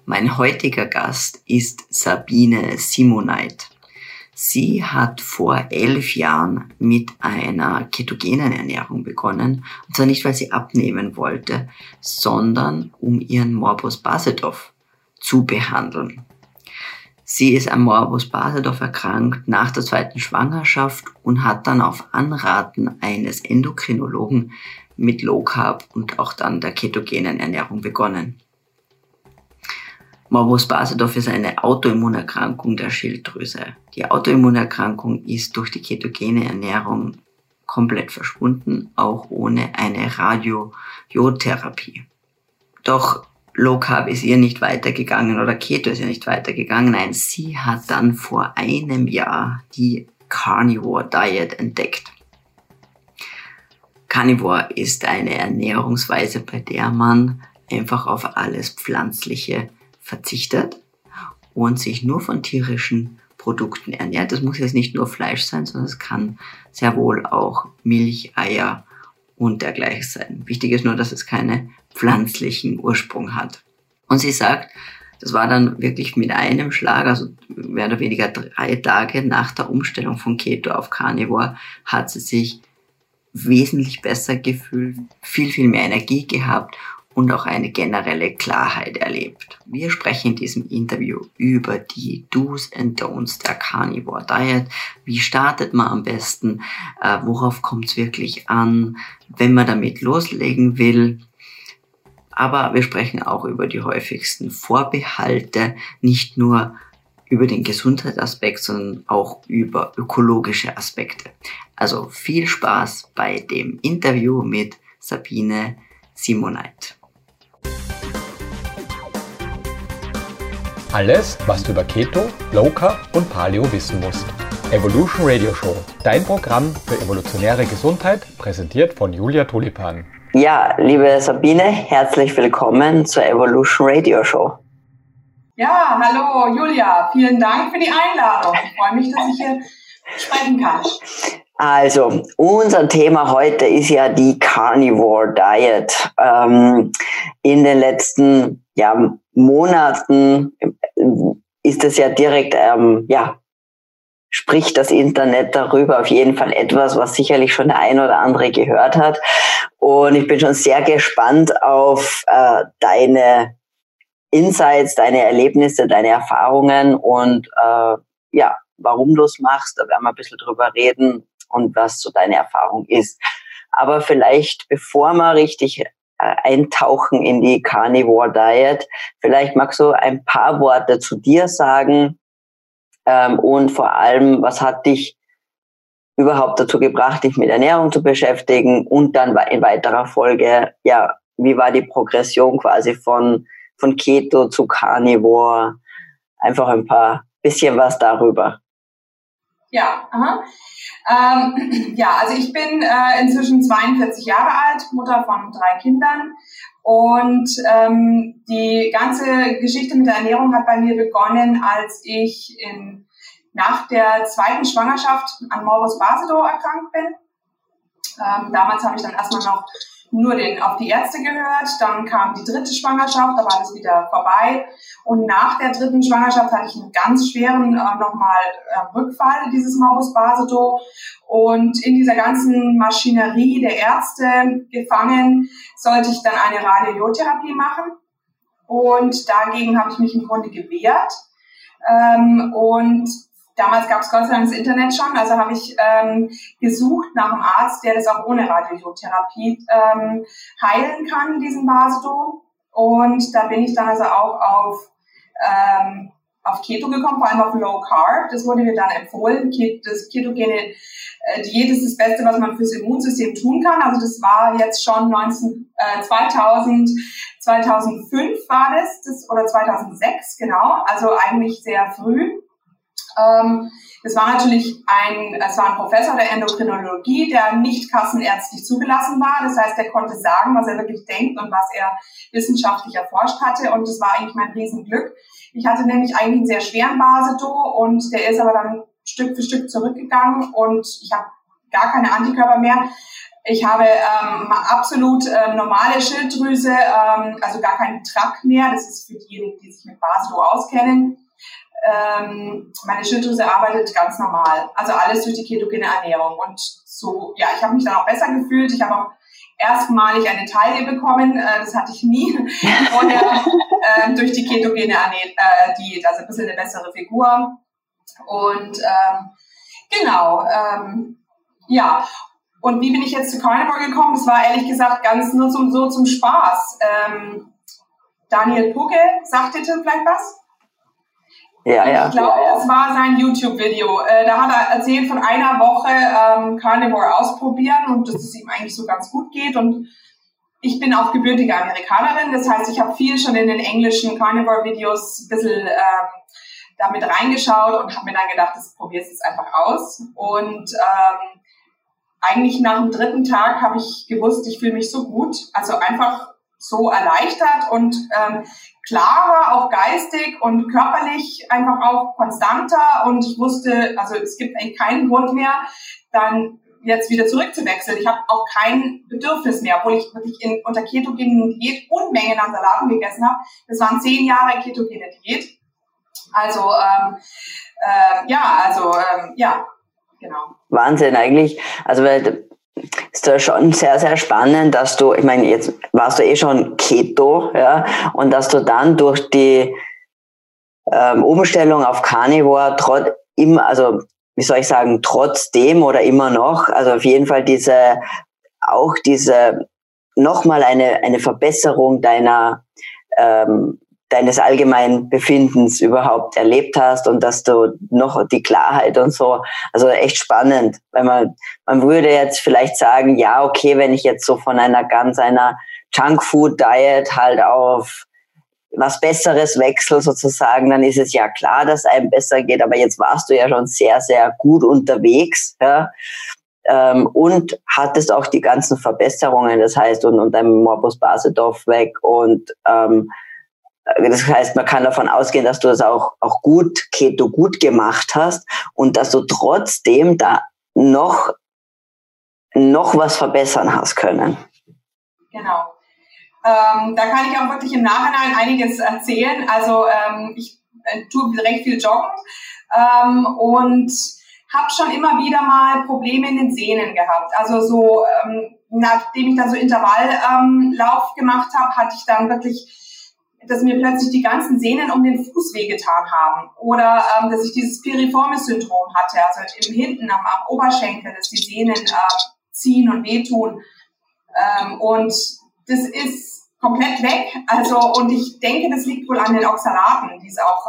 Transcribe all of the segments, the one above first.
Mein heutiger Gast ist Sabine Simoneit. Sie hat vor 11 Jahren mit einer ketogenen Ernährung begonnen. Und zwar nicht, weil sie abnehmen wollte, sondern um ihren Morbus Basedow zu behandeln. Sie ist an Morbus Basedow erkrankt nach der 2. Schwangerschaft und hat dann auf Anraten eines Endokrinologen mit Low Carb und auch dann der ketogenen Ernährung begonnen. Morbus Basedow ist eine Autoimmunerkrankung der Schilddrüse. Die Autoimmunerkrankung ist durch die ketogene Ernährung komplett verschwunden, auch ohne eine Radiojodtherapie. Doch Low Carb ist ihr nicht weitergegangen oder Keto ist ihr nicht weitergegangen. Nein, sie hat dann vor einem Jahr die Carnivore Diet entdeckt. Carnivore ist eine Ernährungsweise, bei der man einfach auf alles Pflanzliche verzichtet und sich nur von tierischen Produkten ernährt. Das muss jetzt nicht nur Fleisch sein, sondern es kann sehr wohl auch Milch, Eier und dergleichen sein. Wichtig ist nur, dass es keinen pflanzlichen Ursprung hat. Und sie sagt, das war dann wirklich mit einem Schlag, also mehr oder weniger 3 Tage nach der Umstellung von Keto auf Carnivore, hat sie sich wesentlich besser gefühlt, viel mehr Energie gehabt und auch eine generelle Klarheit erlebt. Wir sprechen in diesem Interview über die Do's and Don'ts der Carnivore Diet. Wie startet man am besten? Worauf kommt es wirklich an, wenn man damit loslegen will? Aber wir sprechen auch über die häufigsten Vorbehalte, nicht nur über den Gesundheitsaspekt, sondern auch über ökologische Aspekte. Also viel Spaß bei dem Interview mit Sabine Simoneit. Alles, was du über Keto, Low Carb und Paleo wissen musst. Evolution Radio Show, dein Programm für evolutionäre Gesundheit, präsentiert von Julia Tulipan. Ja, liebe Sabine, herzlich willkommen zur Evolution Radio Show. Ja, hallo Julia, vielen Dank für die Einladung. Ich freue mich, dass ich hier sprechen kann. Also, unser Thema heute ist ja die Carnivore Diet. In den letzten Monaten ist es ja direkt, spricht das Internet darüber, auf jeden Fall etwas, was sicherlich schon der ein oder andere gehört hat. Und ich bin schon sehr gespannt auf deine Insights, deine Erlebnisse, deine Erfahrungen und warum du es machst. Da werden wir ein bisschen drüber reden und was so deine Erfahrung ist. Aber vielleicht, bevor wir richtig eintauchen in die Carnivore Diet, vielleicht magst du ein paar Worte zu dir sagen und vor allem, was hat dich überhaupt dazu gebracht, dich mit Ernährung zu beschäftigen und dann in weiterer Folge, wie war die Progression quasi von Keto zu Carnivore? Einfach ein bisschen was darüber. Also ich bin inzwischen 42 Jahre alt, Mutter von 3 Kindern und die ganze Geschichte mit der Ernährung hat bei mir begonnen, als ich nach der 2. Schwangerschaft an Morbus Basedow erkrankt bin. Damals habe ich dann erstmal noch nur auf die Ärzte gehört, dann kam die 3. Schwangerschaft, da war das wieder vorbei und nach der 3. Schwangerschaft hatte ich einen ganz schweren Rückfall dieses Morbus Basedow und in dieser ganzen Maschinerie der Ärzte gefangen sollte ich dann eine Radiojodtherapie machen und dagegen habe ich mich im Grunde gewehrt und damals gab es Gott sei Dank das Internet schon, also habe ich gesucht nach einem Arzt, der das auch ohne Radiotherapie heilen kann, diesen Basedow. Und da bin ich dann also auch auf Keto gekommen, vor allem auf Low Carb. Das wurde mir dann empfohlen. Das ketogene Diät ist das Beste, was man fürs Immunsystem tun kann. Also das war jetzt schon 2005 war das oder 2006, genau. Also eigentlich sehr früh. Das war natürlich ein Professor der Endokrinologie, der nicht kassenärztlich zugelassen war. Das heißt, er konnte sagen, was er wirklich denkt und was er wissenschaftlich erforscht hatte. Und das war eigentlich mein Riesenglück. Ich hatte nämlich eigentlich einen sehr schweren Basedow und der ist aber dann Stück für Stück zurückgegangen und ich habe gar keine Antikörper mehr. Ich habe absolut normale Schilddrüse, also gar keinen TRAC mehr. Das ist für diejenigen, die sich mit Basedow auskennen. Meine Schilddrüse arbeitet ganz normal. Also alles durch die ketogene Ernährung. Und so, ja, ich habe mich dann auch besser gefühlt. Ich habe auch erstmalig eine Taille bekommen. Das hatte ich nie vorher durch die ketogene Diät. Also ein bisschen eine bessere Figur. Und genau, ja. Und wie bin ich jetzt zu Carnivore gekommen? Das war ehrlich gesagt ganz nur zum Spaß. Daniel Pucke, sagt dir vielleicht was? Ja. Ich glaube, das war sein YouTube-Video. Da hat er erzählt von einer Woche Carnivore ausprobieren und dass es ihm eigentlich so ganz gut geht. Und ich bin auch gebürtige Amerikanerin. Das heißt, ich habe viel schon in den englischen Carnivore-Videos ein bisschen damit reingeschaut und habe mir dann gedacht, das probierst du jetzt einfach aus. Und eigentlich nach dem 3. Tag habe ich gewusst, ich fühle mich so gut, also einfach so erleichtert und klarer, auch geistig und körperlich einfach auch konstanter und ich wusste, also es gibt eigentlich keinen Grund mehr, dann jetzt wieder zurückzuwechseln. Ich habe auch kein Bedürfnis mehr, obwohl ich wirklich unter ketogenen Diät Unmengen an Salaten gegessen habe. Das waren 10 Jahre ketogene Diät. Also, ja, genau. Wahnsinn eigentlich. Also ist da schon sehr, sehr spannend, dass du, ich meine, jetzt warst du eh schon Keto, ja, und dass du dann durch die Umstellung auf Carnivore trotzdem oder immer noch, also auf jeden Fall nochmal eine Verbesserung deines allgemeinen Befindens überhaupt erlebt hast und dass du noch die Klarheit und so, also echt spannend, weil man würde jetzt vielleicht sagen, ja, okay, wenn ich jetzt so von einer Junkfood-Diet halt auf was Besseres wechsel sozusagen, dann ist es ja klar, dass einem besser geht, aber jetzt warst du ja schon sehr, sehr gut unterwegs, ja, und hattest auch die ganzen Verbesserungen, das heißt, und dein Morbus Basedow weg und das heißt, man kann davon ausgehen, dass du das auch Keto gut gemacht hast und dass du trotzdem da noch was verbessern hast können. Genau. Da kann ich auch wirklich im Nachhinein einiges erzählen. Also ich tue recht viel joggen und habe schon immer wieder mal Probleme in den Sehnen gehabt. Also so, nachdem ich dann so Intervalllauf gemacht habe, hatte ich dann wirklich, dass mir plötzlich die ganzen Sehnen um den Fuß wehgetan haben. Oder dass ich dieses Piriformis-Syndrom hatte, also hinten am Oberschenkel, dass die Sehnen ziehen und wehtun. Und das ist komplett weg. Also, und ich denke, das liegt wohl an den Oxalaten, die es auch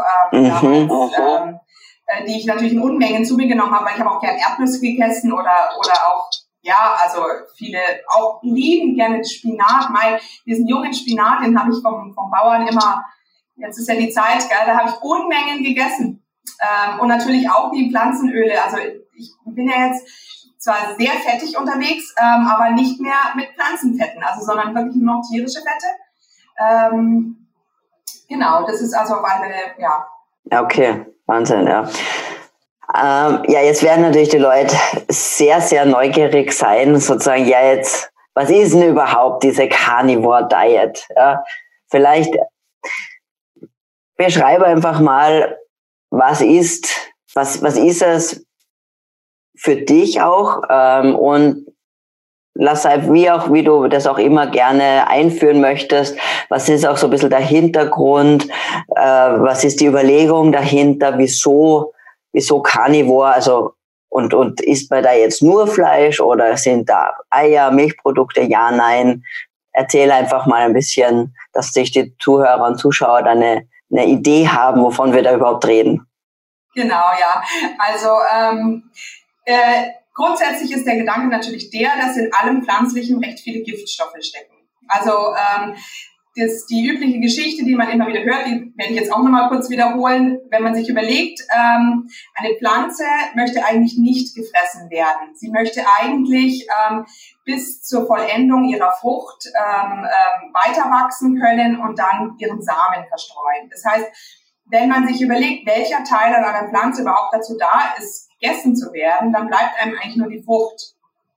die ich natürlich in Unmengen zu mir genommen habe, weil ich habe auch gern Erdnüsse gegessen oder auch, ja, also viele auch lieben gerne Spinat. Diesen jungen Spinat, den habe ich vom Bauern immer, jetzt ist ja die Zeit, gell, da habe ich Unmengen gegessen. Und natürlich auch die Pflanzenöle. Also ich bin ja jetzt zwar sehr fettig unterwegs, aber nicht mehr mit Pflanzenfetten, also sondern wirklich nur noch tierische Fette. Genau, das ist also auf alle Fälle, ja. Okay, Wahnsinn, ja. Ja, jetzt werden natürlich die Leute sehr, sehr neugierig sein, sozusagen, ja jetzt, was ist denn überhaupt diese Carnivore Diet? Ja, vielleicht beschreibe einfach mal, was ist es für dich auch, und lass halt, wie du das auch immer gerne einführen möchtest, was ist auch so ein bisschen der Hintergrund, was ist die Überlegung dahinter, wieso Carnivore, also und isst man da jetzt nur Fleisch oder sind da Eier, Milchprodukte, ja, nein? Erzähl einfach mal ein bisschen, dass sich die Zuhörer und Zuschauer da eine Idee haben, wovon wir da überhaupt reden. Genau, ja. Also grundsätzlich ist der Gedanke natürlich der, dass in allem Pflanzlichen recht viele Giftstoffe stecken. Also die übliche Geschichte, die man immer wieder hört, die werde ich jetzt auch nochmal kurz wiederholen. Wenn man sich überlegt, eine Pflanze möchte eigentlich nicht gefressen werden. Sie möchte eigentlich bis zur Vollendung ihrer Frucht weiter wachsen können und dann ihren Samen verstreuen. Das heißt, wenn man sich überlegt, welcher Teil an einer Pflanze überhaupt dazu da ist, gegessen zu werden, dann bleibt einem eigentlich nur die Frucht.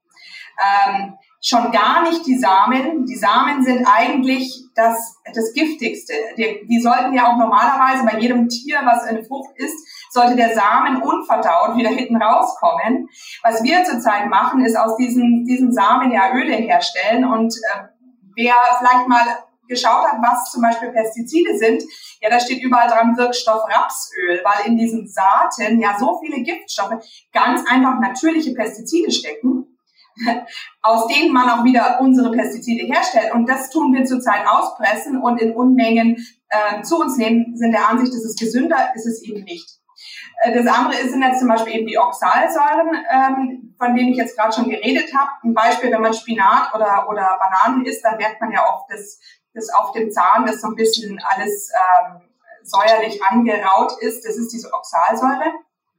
Schon gar nicht die Samen. Die Samen sind eigentlich das Giftigste. Die sollten ja auch normalerweise bei jedem Tier, was eine Frucht isst, sollte der Samen unverdaut wieder hinten rauskommen. Was wir zurzeit machen, ist aus diesen Samen ja Öle herstellen. Und wer vielleicht mal geschaut hat, was zum Beispiel Pestizide sind, ja, da steht überall dran Wirkstoff Rapsöl, weil in diesen Saaten ja so viele Giftstoffe, ganz einfach natürliche Pestizide stecken, aus denen man auch wieder unsere Pestizide herstellt. Und das tun wir zurzeit auspressen und in Unmengen zu uns nehmen, sind der Ansicht, dass es gesünder ist, es eben nicht. Das andere sind jetzt zum Beispiel eben die Oxalsäuren, von denen ich jetzt gerade schon geredet habe. Ein Beispiel, wenn man Spinat oder Bananen isst, dann merkt man ja oft, dass auf dem Zahn, dass so ein bisschen alles säuerlich angeraut ist. Das ist diese Oxalsäure.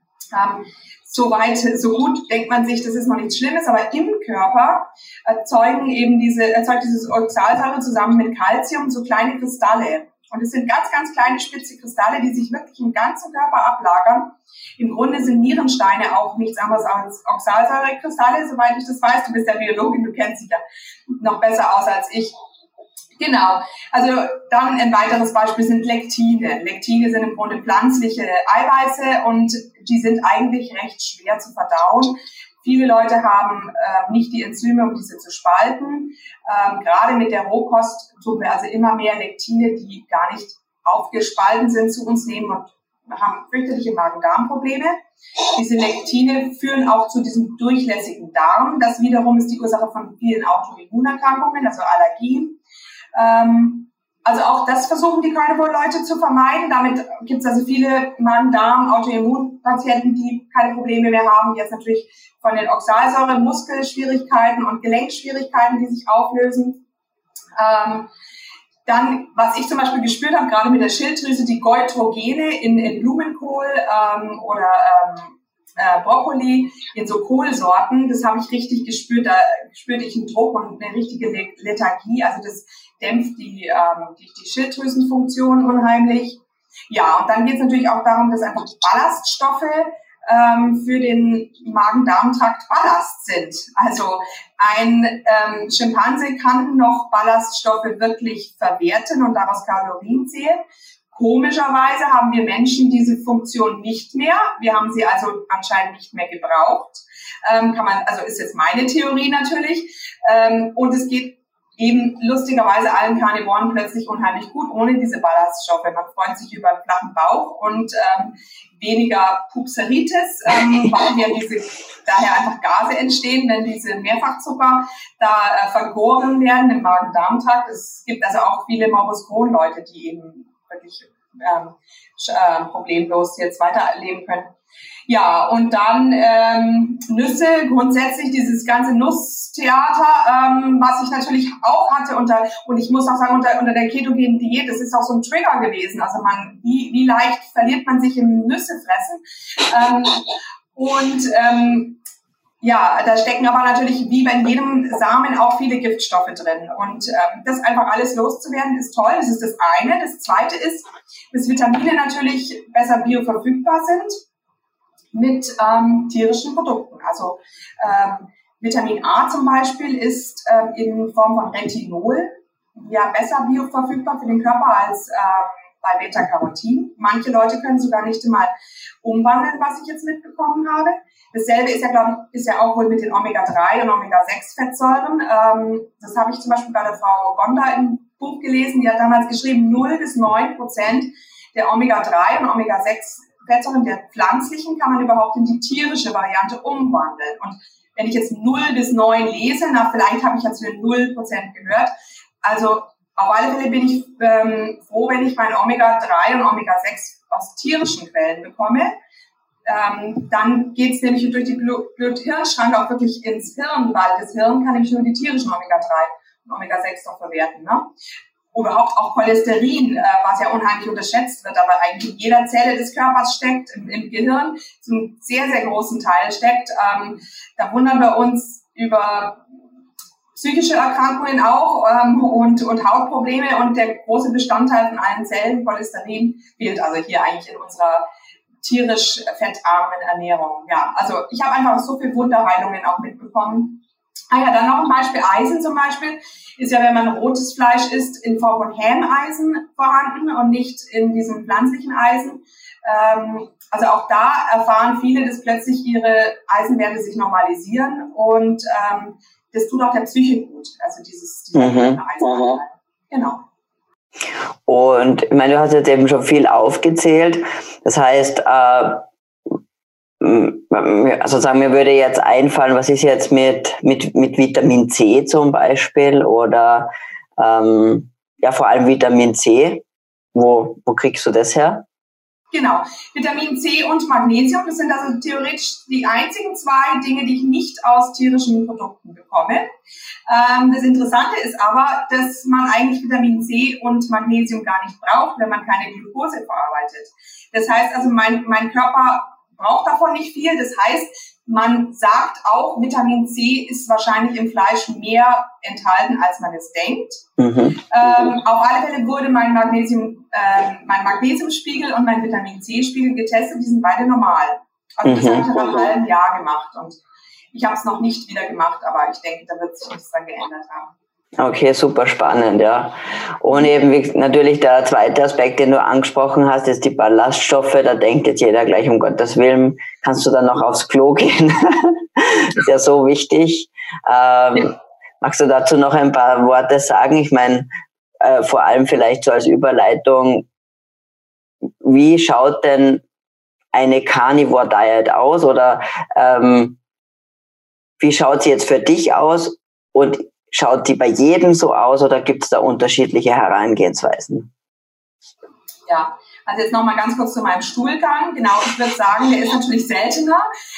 Soweit, so gut denkt man sich, das ist noch nichts Schlimmes, aber im Körper erzeugt dieses Oxalsäure zusammen mit Calcium so kleine Kristalle. Und es sind ganz, ganz kleine spitze Kristalle, die sich wirklich im ganzen Körper ablagern. Im Grunde sind Nierensteine auch nichts anderes als Oxalsäurekristalle, soweit ich das weiß. Du bist ja Biologin, du kennst dich ja noch besser aus als ich. Genau. Also dann ein weiteres Beispiel sind Lektine. Lektine sind im Grunde pflanzliche Eiweiße und die sind eigentlich recht schwer zu verdauen. Viele Leute haben nicht die Enzyme, um diese zu spalten. Gerade mit der Rohkost tun wir also immer mehr Lektine, die gar nicht aufgespalten sind, zu uns nehmen und haben fürchterliche Magen-Darm-Probleme. Diese Lektine führen auch zu diesem durchlässigen Darm. Das wiederum ist die Ursache von vielen Autoimmunerkrankungen, also Allergien. Also auch das versuchen die Carnivore-Leute zu vermeiden. Damit gibt es also viele Magen-Darm-Autoimmunpatienten, die keine Probleme mehr haben, die jetzt natürlich von den Oxalsäuren, Muskelschwierigkeiten und Gelenkschwierigkeiten, die sich auflösen. Dann, was ich zum Beispiel gespürt habe, gerade mit der Schilddrüse, die Goitrogene in Blumenkohl oder Brokkoli, in so Kohlsorten, das habe ich richtig gespürt. Da spürte ich einen Druck und eine richtige Lethargie. Also das dämpft die Schilddrüsenfunktion unheimlich. Ja, und dann geht es natürlich auch darum, dass einfach Ballaststoffe für den Magen-Darm-Trakt Ballast sind. Also ein Schimpanse kann noch Ballaststoffe wirklich verwerten und daraus Kalorien zählen. Komischerweise haben wir Menschen diese Funktion nicht mehr. Wir haben sie also anscheinend nicht mehr gebraucht. Also ist jetzt meine Theorie natürlich. Und es geht eben lustigerweise allen Karnivoren plötzlich unheimlich gut ohne diese Ballaststoffe. Man freut sich über einen flachen Bauch und weniger Pupseritis, weil ja daher einfach Gase entstehen, wenn diese Mehrfachzucker da vergoren werden im Magen-Darm-Trakt. Es gibt also auch viele Morbus Crohn-Leute, die eben wirklich problemlos jetzt weiterleben können. Ja, und dann Nüsse, grundsätzlich dieses ganze Nusstheater, was ich natürlich auch hatte und ich muss auch sagen, unter der ketogenen Diät, das ist auch so ein Trigger gewesen. Also wie leicht verliert man sich im Nüssefressen. Ja, da stecken aber natürlich wie bei jedem Samen auch viele Giftstoffe drin. Und das einfach alles loszuwerden ist toll. Das ist das eine. Das zweite ist, dass Vitamine natürlich besser bioverfügbar sind mit tierischen Produkten. Also Vitamin A zum Beispiel ist in Form von Retinol ja besser bioverfügbar für den Körper als bei Beta-Carotin. Manche Leute können sogar nicht einmal umwandeln, was ich jetzt mitbekommen habe. Dasselbe ist ja auch wohl mit den Omega-3 und Omega-6-Fettsäuren. Das habe ich zum Beispiel bei der Frau Gonda im Buch gelesen. Die hat damals geschrieben, 0-9% der Omega-3 und Omega-6-Fettsäuren der pflanzlichen kann man überhaupt in die tierische Variante umwandeln. Und wenn ich jetzt 0-9 lese, vielleicht habe ich jetzt für 0% gehört. Also auf alle Fälle bin ich froh, wenn ich mein Omega-3 und Omega-6 aus tierischen Quellen bekomme. Dann geht es nämlich durch die Blut-Hirn-Schranke auch wirklich ins Hirn, weil das Hirn kann nämlich nur die tierischen Omega-3 und Omega-6 noch verwerten. Ne? Überhaupt auch Cholesterin, was ja unheimlich unterschätzt wird, aber eigentlich in jeder Zelle des Körpers steckt, im Gehirn zum sehr, sehr großen Teil steckt. Da wundern wir uns über psychische Erkrankungen auch und Hautprobleme, und der große Bestandteil von allen Zellen, Cholesterin, fehlt also hier eigentlich in unserer tierisch fettarmen Ernährung. Ja, also ich habe einfach so viel Wunderheilungen auch mitbekommen. Dann noch ein Beispiel Eisen zum Beispiel ist ja, wenn man rotes Fleisch isst, in Form von Hämeisen vorhanden und nicht in diesem pflanzlichen Eisen. Also auch da erfahren viele, dass plötzlich ihre Eisenwerte sich normalisieren, und das tut auch der Psyche gut, also dieses Eisenanteil. Genau. Und ich meine, du hast jetzt eben schon viel aufgezählt. Das heißt, sozusagen, mir würde jetzt einfallen, was ist jetzt mit Vitamin C zum Beispiel oder vor allem Vitamin C. Wo kriegst du das her? Genau, Vitamin C und Magnesium, das sind also theoretisch die einzigen zwei Dinge, die ich nicht aus tierischen Produkten bekomme. Das Interessante ist aber, dass man eigentlich Vitamin C und Magnesium gar nicht braucht, wenn man keine Glucose verarbeitet. Das heißt also, mein Körper braucht davon nicht viel. Das heißt, man sagt auch, Vitamin C ist wahrscheinlich im Fleisch mehr enthalten, als man es denkt. Auf alle Fälle wurde mein Magnesiumspiegel und mein Vitamin C-Spiegel getestet. Die sind beide normal. Also das habe ich nach einem halben Jahr gemacht, und ich habe es noch nicht wieder gemacht, aber ich denke, da wird sich nichts dran geändert haben. Okay, super spannend, ja. Und eben natürlich der zweite Aspekt, den du angesprochen hast, ist die Ballaststoffe. Da denkt jetzt jeder gleich, um Gottes Willen, kannst du dann noch aufs Klo gehen? Ist ja so wichtig. Magst du dazu noch ein paar Worte sagen? Ich meine, vor allem vielleicht so als Überleitung, wie schaut denn eine Carnivore Diet aus, oder wie schaut sie jetzt für dich aus, und schaut die bei jedem so aus, oder gibt es da unterschiedliche Herangehensweisen? Ja, also jetzt nochmal ganz kurz zu meinem Stuhlgang. Genau, ich würde sagen, der ist natürlich seltener,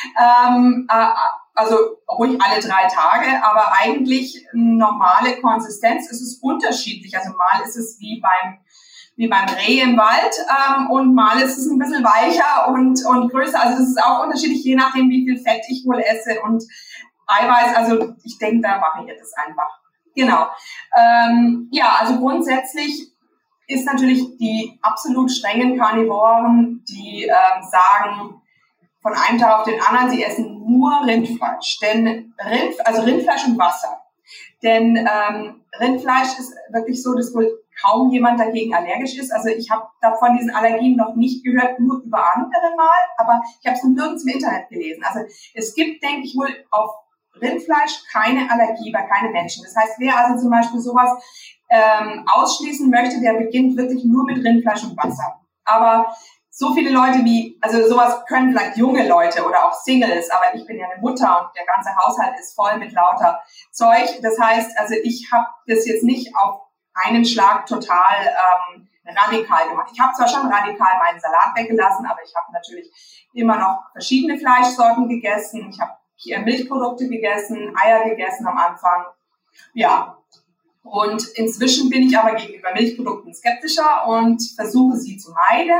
also ruhig alle 3 Tage, aber eigentlich normale Konsistenz ist es unterschiedlich. Also mal ist es wie beim Reh im Wald und mal ist es ein bisschen weicher und größer. Also das ist auch unterschiedlich, je nachdem, wie viel Fett ich wohl esse und Eiweiß, also ich denke, da variiert es einfach. Genau. Also grundsätzlich ist natürlich die absolut strengen Karnivoren, die sagen von einem Tag auf den anderen, sie essen nur Rindfleisch. Denn Rindfleisch und Wasser. Denn Rindfleisch ist wirklich so, dass wohl kaum jemand dagegen allergisch ist. Also ich habe davon diesen Allergien noch nicht gehört, nur über andere mal, aber ich habe es nirgends im Internet gelesen. Also es gibt, denke ich, wohl auf Rindfleisch keine Allergie bei keinem Menschen. Das heißt, wer also zum Beispiel sowas ausschließen möchte, der beginnt wirklich nur mit Rindfleisch und Wasser. Aber so viele Leute also sowas können vielleicht junge Leute oder auch Singles, aber ich bin ja eine Mutter und der ganze Haushalt ist voll mit lauter Zeug. Das heißt, also ich habe das jetzt nicht auf einen Schlag total radikal gemacht. Ich habe zwar schon radikal meinen Salat weggelassen, aber ich habe natürlich immer noch verschiedene Fleischsorten gegessen. Ich habe Milchprodukte gegessen, Eier gegessen am Anfang. Ja, und inzwischen bin ich aber gegenüber Milchprodukten skeptischer und versuche sie zu meiden.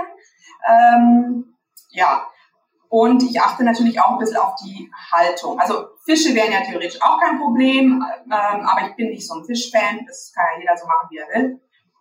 Und ich achte natürlich auch ein bisschen auf die Haltung. Also Fische wären ja theoretisch auch kein Problem, aber ich bin nicht so ein Fischfan. Das kann ja jeder so machen, wie er will.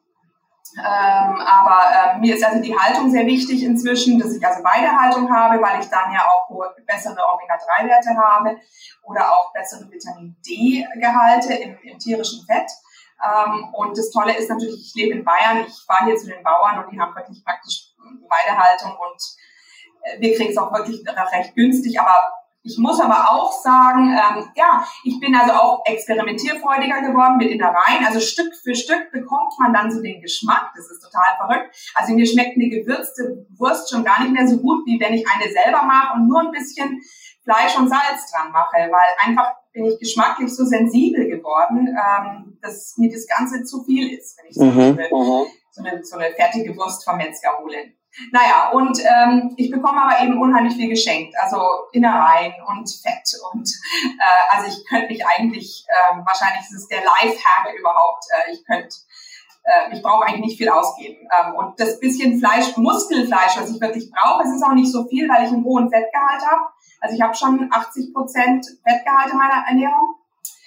Aber mir ist also die Haltung sehr wichtig inzwischen, dass ich also Weidehaltung habe, weil ich dann ja auch bessere Omega-3-Werte habe oder auch bessere Vitamin-D-Gehalte im tierischen Fett. Und das Tolle ist natürlich, ich lebe in Bayern, ich fahre hier zu den Bauern und die haben wirklich praktisch Weidehaltung und wir kriegen es auch wirklich recht günstig, aber ich muss aber auch sagen, ich bin also auch experimentierfreudiger geworden mit Innereien. Also Stück für Stück bekommt man dann so den Geschmack. Das ist total verrückt. Also mir schmeckt eine gewürzte Wurst schon gar nicht mehr so gut, wie wenn ich eine selber mache und nur ein bisschen Fleisch und Salz dran mache, weil einfach bin ich geschmacklich so sensibel geworden, dass mir das Ganze zu viel ist, wenn ich so eine fertige Wurst vom Metzger hole. Naja, und ich bekomme aber eben unheimlich viel geschenkt, also Innereien und Fett und also ich könnte mich eigentlich, wahrscheinlich ist es der Lifehack überhaupt, ich brauche eigentlich nicht viel ausgeben und das bisschen Muskelfleisch, was ich wirklich brauche, es ist auch nicht so viel, weil ich einen hohen Fettgehalt habe, also ich habe schon 80% Fettgehalt in meiner Ernährung.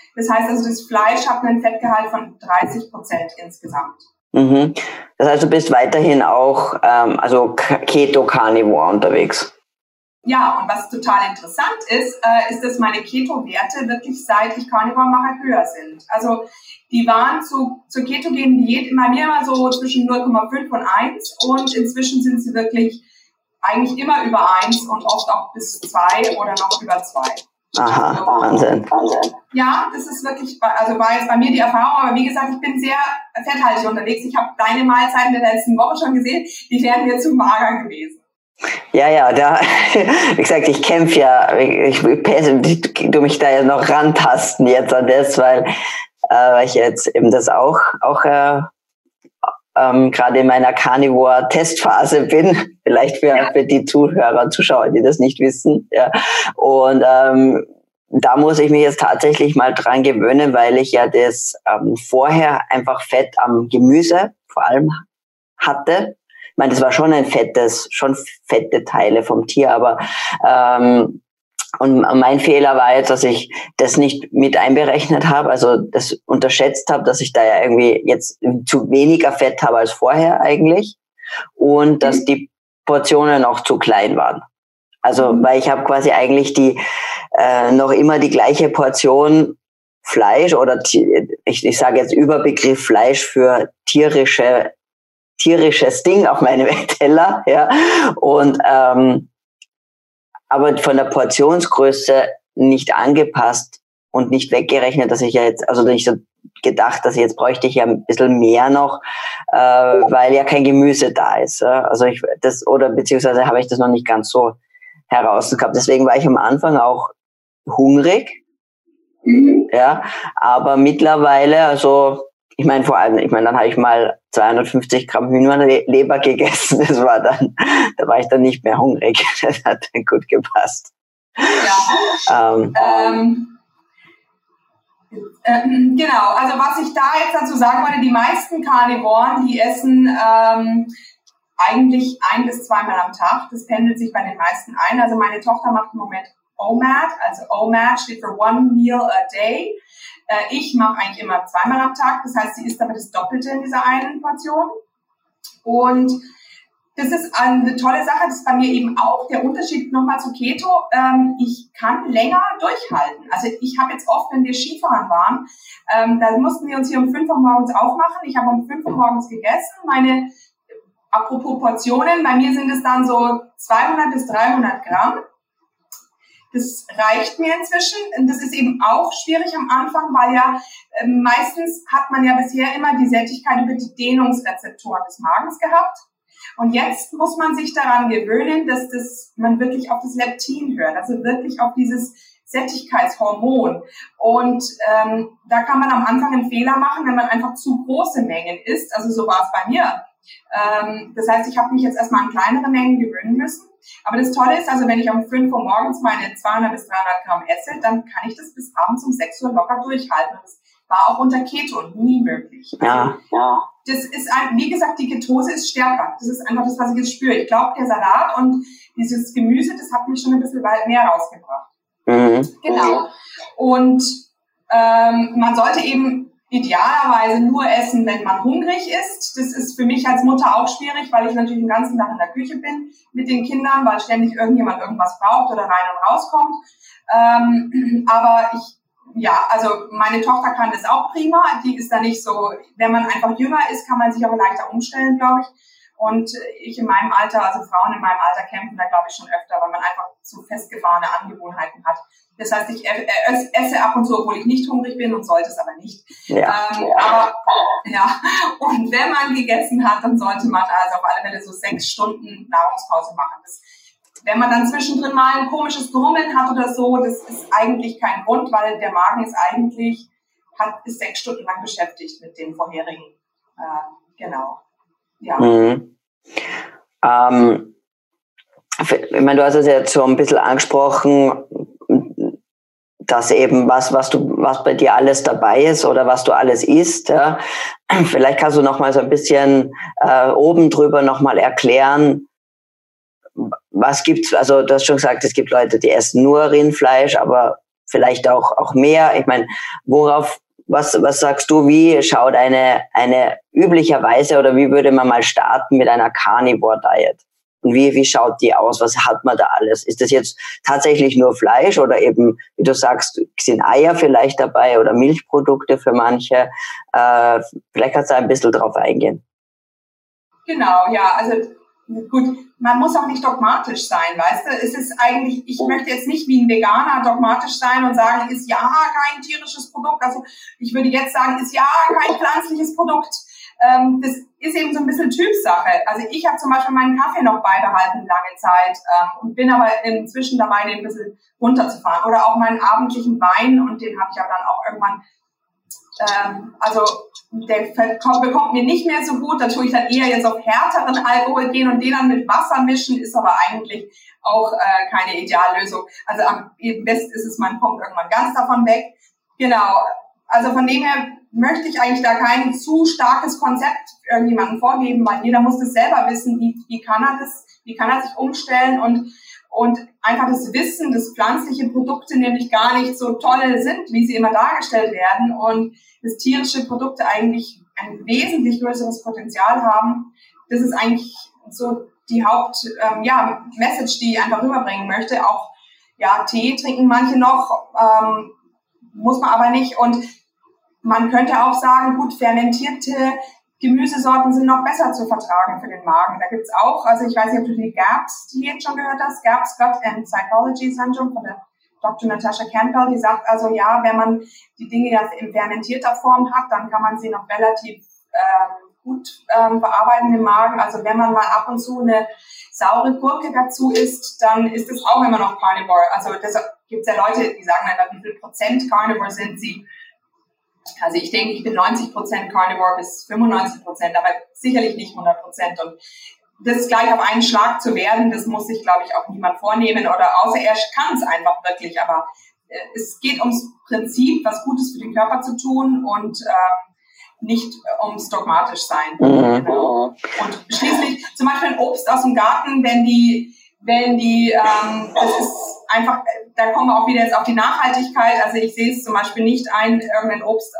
Das heißt also, das Fleisch hat einen Fettgehalt von 30% insgesamt. Mhm. Das heißt, du bist weiterhin auch Keto-Carnivore unterwegs. Ja, und was total interessant ist, ist, dass meine Keto-Werte wirklich seit ich Carnivore mache höher sind. Also die waren zur ketogenen Diät bei mir immer so zwischen 0,5 und 1 und inzwischen sind sie wirklich eigentlich immer über 1 und oft auch bis 2 oder noch über 2. Aha, Wahnsinn. Ja, das ist wirklich, also war jetzt bei mir die Erfahrung, aber wie gesagt, ich bin sehr fetthaltig unterwegs. Ich habe deine Mahlzeiten der letzten Woche schon gesehen, die wären mir zu mager gewesen. Ja, wie gesagt, ich kämpfe ja, du mich da ja noch rantasten jetzt an das, weil ich jetzt eben das auch gerade in meiner Carnivore-Testphase bin, vielleicht für die Zuschauer, die das nicht wissen. Ja. Und da muss ich mich jetzt tatsächlich mal dran gewöhnen, weil ich ja das vorher einfach Fett am Gemüse vor allem hatte. Ich meine, das war schon schon fette Teile vom Tier, aber und mein Fehler war jetzt, dass ich das nicht mit einberechnet habe, also das unterschätzt habe, dass ich da ja irgendwie jetzt zu weniger Fett habe als vorher eigentlich und dass die Portionen auch zu klein waren. Also weil ich habe quasi eigentlich noch immer die gleiche Portion Fleisch oder ich sage jetzt Überbegriff Fleisch für tierisches Ding auf meinem Teller, ja, und aber von der Portionsgröße nicht angepasst und nicht weggerechnet, dass ich ja jetzt, also nicht so gedacht, dass jetzt bräuchte ich ja ein bisschen mehr noch, weil ja kein Gemüse da ist. Also beziehungsweise habe ich das noch nicht ganz so herausgehabt. Deswegen war ich am Anfang auch hungrig, ja, aber mittlerweile, also ich meine, dann habe ich mal 250 Gramm Hühnerleber gegessen. Da war ich dann nicht mehr hungrig. Das hat dann gut gepasst. Ja. Genau, also was ich da jetzt dazu sagen wollte, die meisten Carnivoren, die essen eigentlich 1 bis 2 Mal am Tag. Das pendelt sich bei den meisten ein. Also meine Tochter macht im Moment OMAD, also OMAD steht für One Meal a Day. Ich mache eigentlich immer 2 Mal am Tag, das heißt, sie isst damit das Doppelte in dieser einen Portion. Und das ist eine tolle Sache, das ist bei mir eben auch der Unterschied nochmal zu Keto. Ich kann länger durchhalten. Also ich habe jetzt oft, wenn wir Skifahren waren, da mussten wir uns hier um 5 Uhr morgens aufmachen. Ich habe um 5 Uhr morgens gegessen. Apropos Portionen, bei mir sind es dann so 200 bis 300 Gramm. Das reicht mir inzwischen. Das ist eben auch schwierig am Anfang, weil ja meistens hat man ja bisher immer die Sättigkeit über die Dehnungsrezeptoren des Magens gehabt. Und jetzt muss man sich daran gewöhnen, dass man wirklich auf das Leptin hört, also wirklich auf dieses Sättigkeitshormon. Und da kann man am Anfang einen Fehler machen, wenn man einfach zu große Mengen isst. Also so war es bei mir. Das heißt, ich habe mich jetzt erstmal an kleinere Mengen gewöhnen müssen. Aber das Tolle ist, also wenn ich um 5 Uhr morgens meine 200 bis 300 Gramm esse, dann kann ich das bis abends um 6 Uhr locker durchhalten. Das war auch unter Keto nie möglich. Ja. Das ist, wie gesagt, die Ketose ist stärker. Das ist einfach das, was ich jetzt spüre. Ich glaube, der Salat und dieses Gemüse, das hat mich schon ein bisschen weit mehr rausgebracht. Genau. Und man sollte eben idealerweise nur essen, wenn man hungrig ist. Das ist für mich als Mutter auch schwierig, weil ich natürlich den ganzen Tag in der Küche bin mit den Kindern, weil ständig irgendjemand irgendwas braucht oder rein und rauskommt. Aber also meine Tochter kann das auch prima. Die ist da nicht so, wenn man einfach jünger ist, kann man sich aber leichter umstellen, glaube ich. Und ich in meinem Alter, also Frauen in meinem Alter kämpfen da, glaube ich, schon öfter, weil man einfach zu festgefahrene Angewohnheiten hat. Das heißt, ich esse ab und zu, obwohl ich nicht hungrig bin und sollte es aber nicht. Und wenn man gegessen hat, dann sollte man also auf alle Fälle so 6 Stunden Nahrungspause machen. Wenn man dann zwischendrin mal ein komisches Grummeln hat oder so, das ist eigentlich kein Grund, weil der Magen ist 6 Stunden lang beschäftigt mit dem vorherigen. Genau. Ja. Ich meine, du hast es jetzt so ein bisschen angesprochen, dass eben was bei dir alles dabei ist oder was du alles isst. Ja. Vielleicht kannst du noch mal so ein bisschen oben drüber noch mal erklären, was gibt's? Also du hast schon gesagt, es gibt Leute, die essen nur Rindfleisch, aber vielleicht auch mehr? Ich meine, was sagst du, wie schaut eine üblicherweise oder wie würde man mal starten mit einer Carnivore Diet? Und wie schaut die aus? Was hat man da alles? Ist das jetzt tatsächlich nur Fleisch oder eben, wie du sagst, sind Eier vielleicht dabei oder Milchprodukte für manche? Vielleicht kannst du ein bisschen drauf eingehen. Genau, ja, also gut, man muss auch nicht dogmatisch sein, weißt du? Es ist eigentlich, ich möchte jetzt nicht wie ein Veganer dogmatisch sein und sagen, ist ja kein tierisches Produkt. Also ich würde jetzt sagen, ist ja kein pflanzliches Produkt. Das ist eben so ein bisschen Typsache. Also ich habe zum Beispiel meinen Kaffee noch beibehalten lange Zeit und bin aber inzwischen dabei, den ein bisschen runterzufahren. Oder auch meinen abendlichen Wein, und den habe ich aber dann auch irgendwann, also der bekommt mir nicht mehr so gut. Da tue ich dann eher jetzt auf härteren Alkohol gehen und den dann mit Wasser mischen, ist aber eigentlich auch keine Ideallösung. Also am besten ist es, man kommt irgendwann ganz davon weg. Genau. Also von dem her möchte ich eigentlich da kein zu starkes Konzept irgendjemandem vorgeben, weil jeder muss das selber wissen, wie kann er sich umstellen und einfach das Wissen, dass pflanzliche Produkte nämlich gar nicht so toll sind, wie sie immer dargestellt werden, und dass tierische Produkte eigentlich ein wesentlich größeres Potenzial haben. Das ist eigentlich so die Message, die ich einfach rüberbringen möchte. Auch Tee trinken manche noch, muss man aber nicht. Und man könnte auch sagen, gut, fermentierte Gemüsesorten sind noch besser zu vertragen für den Magen. Da gibt's auch, also ich weiß nicht, ob du die GAPS-Diät schon gehört hast, GAPS, Gut and Psychology Syndrome von der Dr. Natasha Campbell, die sagt also, ja, wenn man die Dinge ja in fermentierter Form hat, dann kann man sie noch relativ gut bearbeiten im Magen. Also wenn man mal ab und zu eine saure Gurke dazu isst, dann ist es auch immer noch Carnivore. Also deshalb gibt's ja Leute, die sagen einfach, wie viel Prozent Carnivore sind sie. Also ich denke, ich bin 90% Carnivore bis 95%, aber sicherlich nicht 100%. Und das gleich auf einen Schlag zu werden, das muss sich, glaube ich, auch niemand vornehmen, oder außer er kann es einfach wirklich. Aber es geht ums Prinzip, was Gutes für den Körper zu tun, und nicht ums dogmatisch sein. Mhm. Genau. Und schließlich zum Beispiel ein Obst aus dem Garten, wenn die das ist einfach, da kommen wir auch wieder jetzt auf die Nachhaltigkeit. Also ich sehe es zum Beispiel nicht ein, irgendein Obst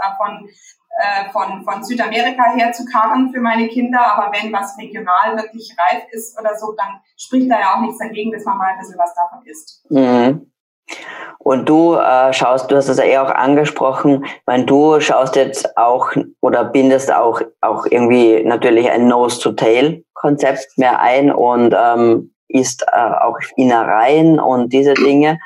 von Südamerika herzukarren für meine Kinder, aber wenn was regional wirklich reif ist oder so, dann spricht da ja auch nichts dagegen, dass man mal ein bisschen was davon isst. Mhm. Und du du hast es ja eher auch angesprochen, weil du schaust jetzt auch oder bindest auch irgendwie natürlich ein Nose-to-Tail-Konzept mehr ein und isst auch Innereien und diese Dinge.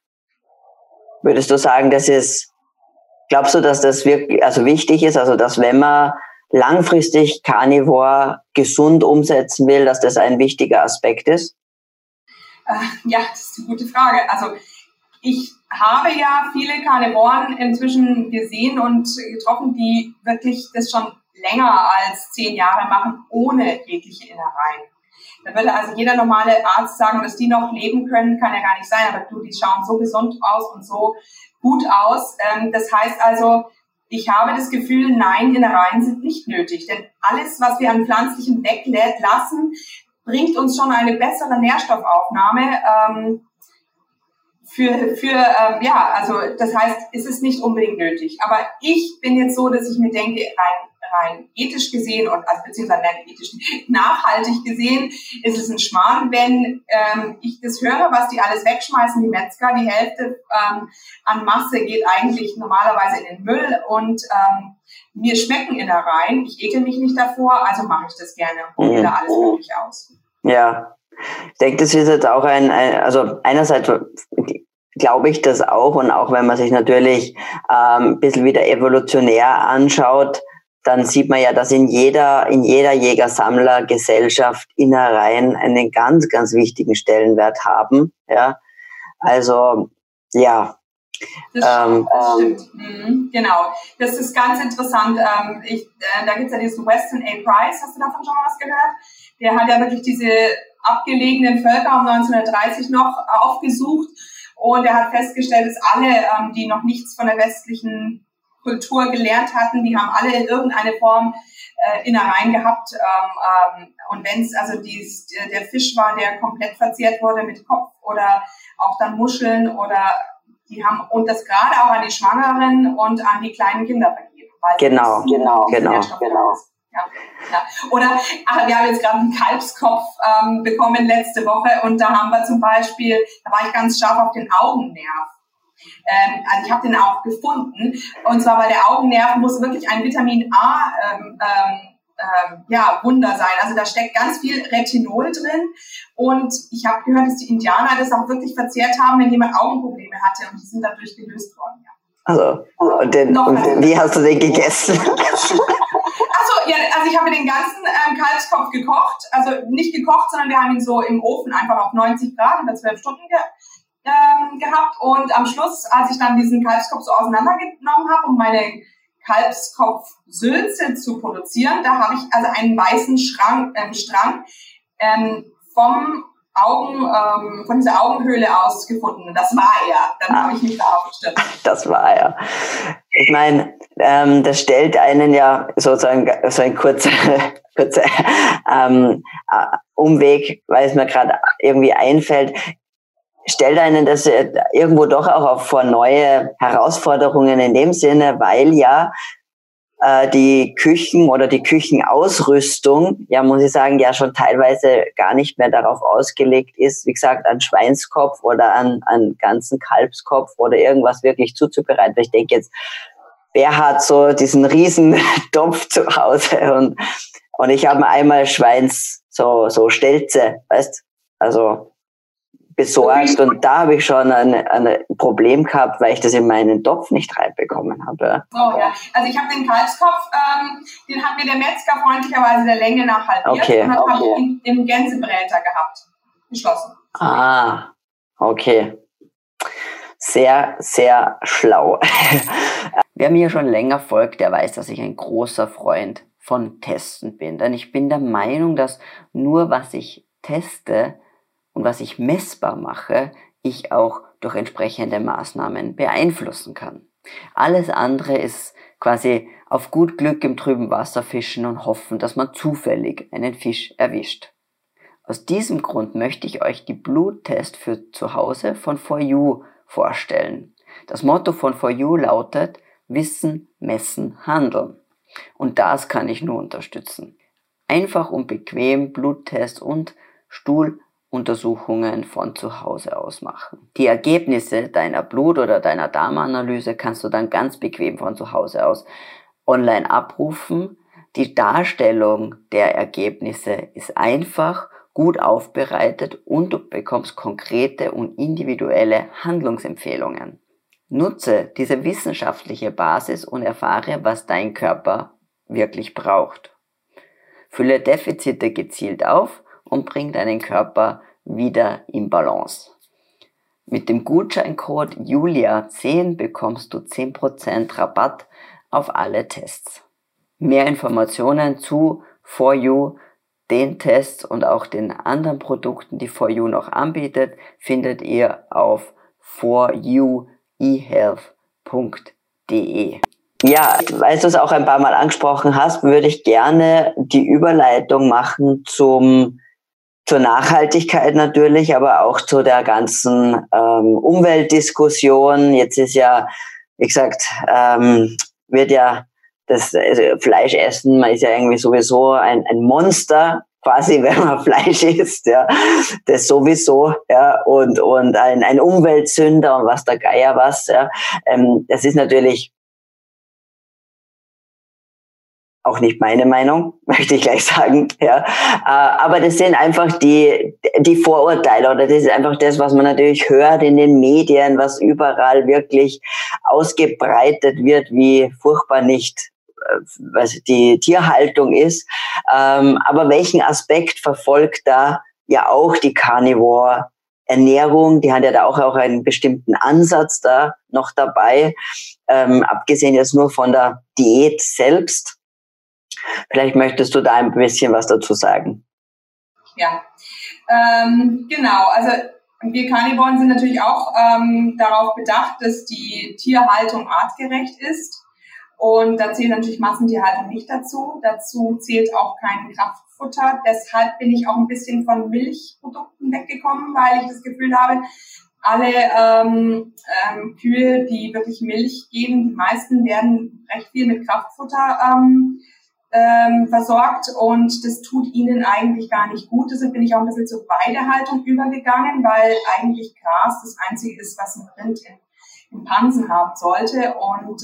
Würdest du sagen, glaubst du, dass das wirklich wichtig ist, also dass wenn man langfristig Carnivore gesund umsetzen will, dass das ein wichtiger Aspekt ist? Ja, das ist eine gute Frage. Also ich habe ja viele Carnivoren inzwischen gesehen und getroffen, die wirklich das schon länger als 10 Jahre machen, ohne jegliche Innereien. Da würde also jeder normale Arzt sagen, dass die noch leben können, kann ja gar nicht sein, aber die schauen so gesund aus und so gut aus. Das heißt also, ich habe das Gefühl, nein, Innereien sind nicht nötig, denn alles, was wir an Pflanzlichem weglassen, bringt uns schon eine bessere Nährstoffaufnahme. Also das heißt, es ist nicht unbedingt nötig. Aber ich bin jetzt so, dass ich mir denke, rein ethisch gesehen beziehungsweise nachhaltig gesehen, ist es ein Schmarrn, wenn ich das höre, was die alles wegschmeißen, die Metzger, die Hälfte an Masse geht eigentlich normalerweise in den Müll, und mir schmecken Innereien, ich ekel mich nicht davor, also mache ich das gerne und probiere da alles wirklich aus. Ja, ich denke, das ist jetzt auch also einerseits glaube ich das auch, und auch wenn man sich natürlich ein bisschen wieder evolutionär anschaut, dann sieht man ja, dass in jeder Jäger-Sammler-Gesellschaft Innereien einen ganz, ganz wichtigen Stellenwert haben. Ja, also ja. Das stimmt. Genau. Das ist ganz interessant. Da gibt es ja diesen Weston A. Price, hast du davon schon mal was gehört? Der hat ja wirklich diese abgelegenen Völker um 1930 noch aufgesucht, und er hat festgestellt, dass alle, die noch nichts von der westlichen Kultur gelernt hatten, die haben alle in irgendeine Form Innereien gehabt. Und wenn es der Fisch war, der komplett verzehrt wurde mit Kopf, oder auch dann Muscheln oder Die haben, und das gerade auch an die Schwangeren und an die kleinen Kinder vergeben. Genau. Ja. Oder wir haben jetzt gerade einen Kalbskopf bekommen letzte Woche und da haben wir zum Beispiel, da war ich ganz scharf auf den Augennerv. Also ich habe den auch gefunden und zwar, weil der Augennerv muss wirklich ein Vitamin A Wunder sein. Also da steckt ganz viel Retinol drin und ich habe gehört, dass die Indianer das auch wirklich verzehrt haben, wenn jemand Augenprobleme hatte und die sind dadurch gelöst worden. Ja. Also, und wie hast du den gegessen? Achso, ja, also ich habe den ganzen Kalbskopf gekocht, also nicht gekocht, sondern wir haben ihn so im Ofen einfach auf 90 Grad über 12 Stunden gehabt und am Schluss, als ich dann diesen Kalbskopf so auseinandergenommen habe, um meine Kalbskopfsülze zu produzieren, da habe ich also einen weißen Strang von dieser Augenhöhle aus gefunden. Das war er. Dann habe ich mich da aufgestellt. Das war er. Ich meine, das stellt einen ja sozusagen so ein kurzer Umweg, weil es mir gerade irgendwie einfällt, stellt einen das irgendwo doch auch vor neue Herausforderungen in dem Sinne, weil ja die Küchen oder die Küchenausrüstung, ja, muss ich sagen, ja schon teilweise gar nicht mehr darauf ausgelegt ist, wie gesagt, an Schweinskopf oder an ganzen Kalbskopf oder irgendwas wirklich zuzubereiten. Ich denke jetzt, wer hat so diesen riesen Topf zu Hause und ich habe mir einmal so Stelze, weißt, also besorgt und da habe ich schon ein Problem gehabt, weil ich das in meinen Topf nicht reinbekommen habe. Oh ja, also ich habe den Kalbskopf, den hat mir der Metzger freundlicherweise der Länge nach halbiert und habe ihn im Gänsebräter gehabt, geschlossen. Ah, okay. Sehr, sehr schlau. Wer mir schon länger folgt, der weiß, dass ich ein großer Freund von Testen bin, denn ich bin der Meinung, dass nur was ich teste und was ich messbar mache, ich auch durch entsprechende Maßnahmen beeinflussen kann. Alles andere ist quasi auf gut Glück im trüben Wasser fischen und hoffen, dass man zufällig einen Fisch erwischt. Aus diesem Grund möchte ich euch die Bluttest für zu Hause von For You vorstellen. Das Motto von For You lautet: Wissen, Messen, Handeln. Und das kann ich nur unterstützen. Einfach und bequem Bluttest und Stuhluntersuchungen von zu Hause aus machen. Die Ergebnisse deiner Blut- oder deiner Darmanalyse kannst du dann ganz bequem von zu Hause aus online abrufen. Die Darstellung der Ergebnisse ist einfach, gut aufbereitet und du bekommst konkrete und individuelle Handlungsempfehlungen. Nutze diese wissenschaftliche Basis und erfahre, was dein Körper wirklich braucht. Fülle Defizite gezielt auf und bring deinen Körper wieder in Balance. Mit dem Gutscheincode JULIA10 bekommst du 10% Rabatt auf alle Tests. Mehr Informationen zu For You, den Tests und auch den anderen Produkten, die For You noch anbietet, findet ihr auf foruehealth.de. Ja, weil du es auch ein paar Mal angesprochen hast, würde ich gerne die Überleitung machen zur Nachhaltigkeit natürlich, aber auch zu der ganzen Umweltdiskussion. Jetzt ist ja, wie gesagt, wird ja das Fleischessen, man ist ja irgendwie sowieso ein Monster, quasi, wenn man Fleisch isst, ja, das sowieso, ja, und ein Umweltsünder und was der Geier was, ja, das ist natürlich auch nicht meine Meinung, möchte ich gleich sagen, ja. Aber das sind einfach die Vorurteile oder das ist einfach das, was man natürlich hört in den Medien, was überall wirklich ausgebreitet wird, wie furchtbar nicht was die Tierhaltung ist. Aber welchen Aspekt verfolgt da ja auch die Carnivore Ernährung? Die hat ja da auch einen bestimmten Ansatz da noch dabei, abgesehen jetzt nur von der Diät selbst. Vielleicht möchtest du da ein bisschen was dazu sagen. Ja, genau. Also wir Carnivoren sind natürlich auch darauf bedacht, dass die Tierhaltung artgerecht ist. Und da zählt natürlich Massentierhaltung nicht dazu. Dazu zählt auch kein Kraftfutter. Deshalb bin ich auch ein bisschen von Milchprodukten weggekommen, weil ich das Gefühl habe, alle Kühe, die wirklich Milch geben, die meisten werden recht viel mit Kraftfutter versorgt und das tut ihnen eigentlich gar nicht gut. Deshalb bin ich auch ein bisschen zur Weidehaltung übergegangen, weil eigentlich Gras das Einzige ist, was ein Rind in Pansen haben sollte. Und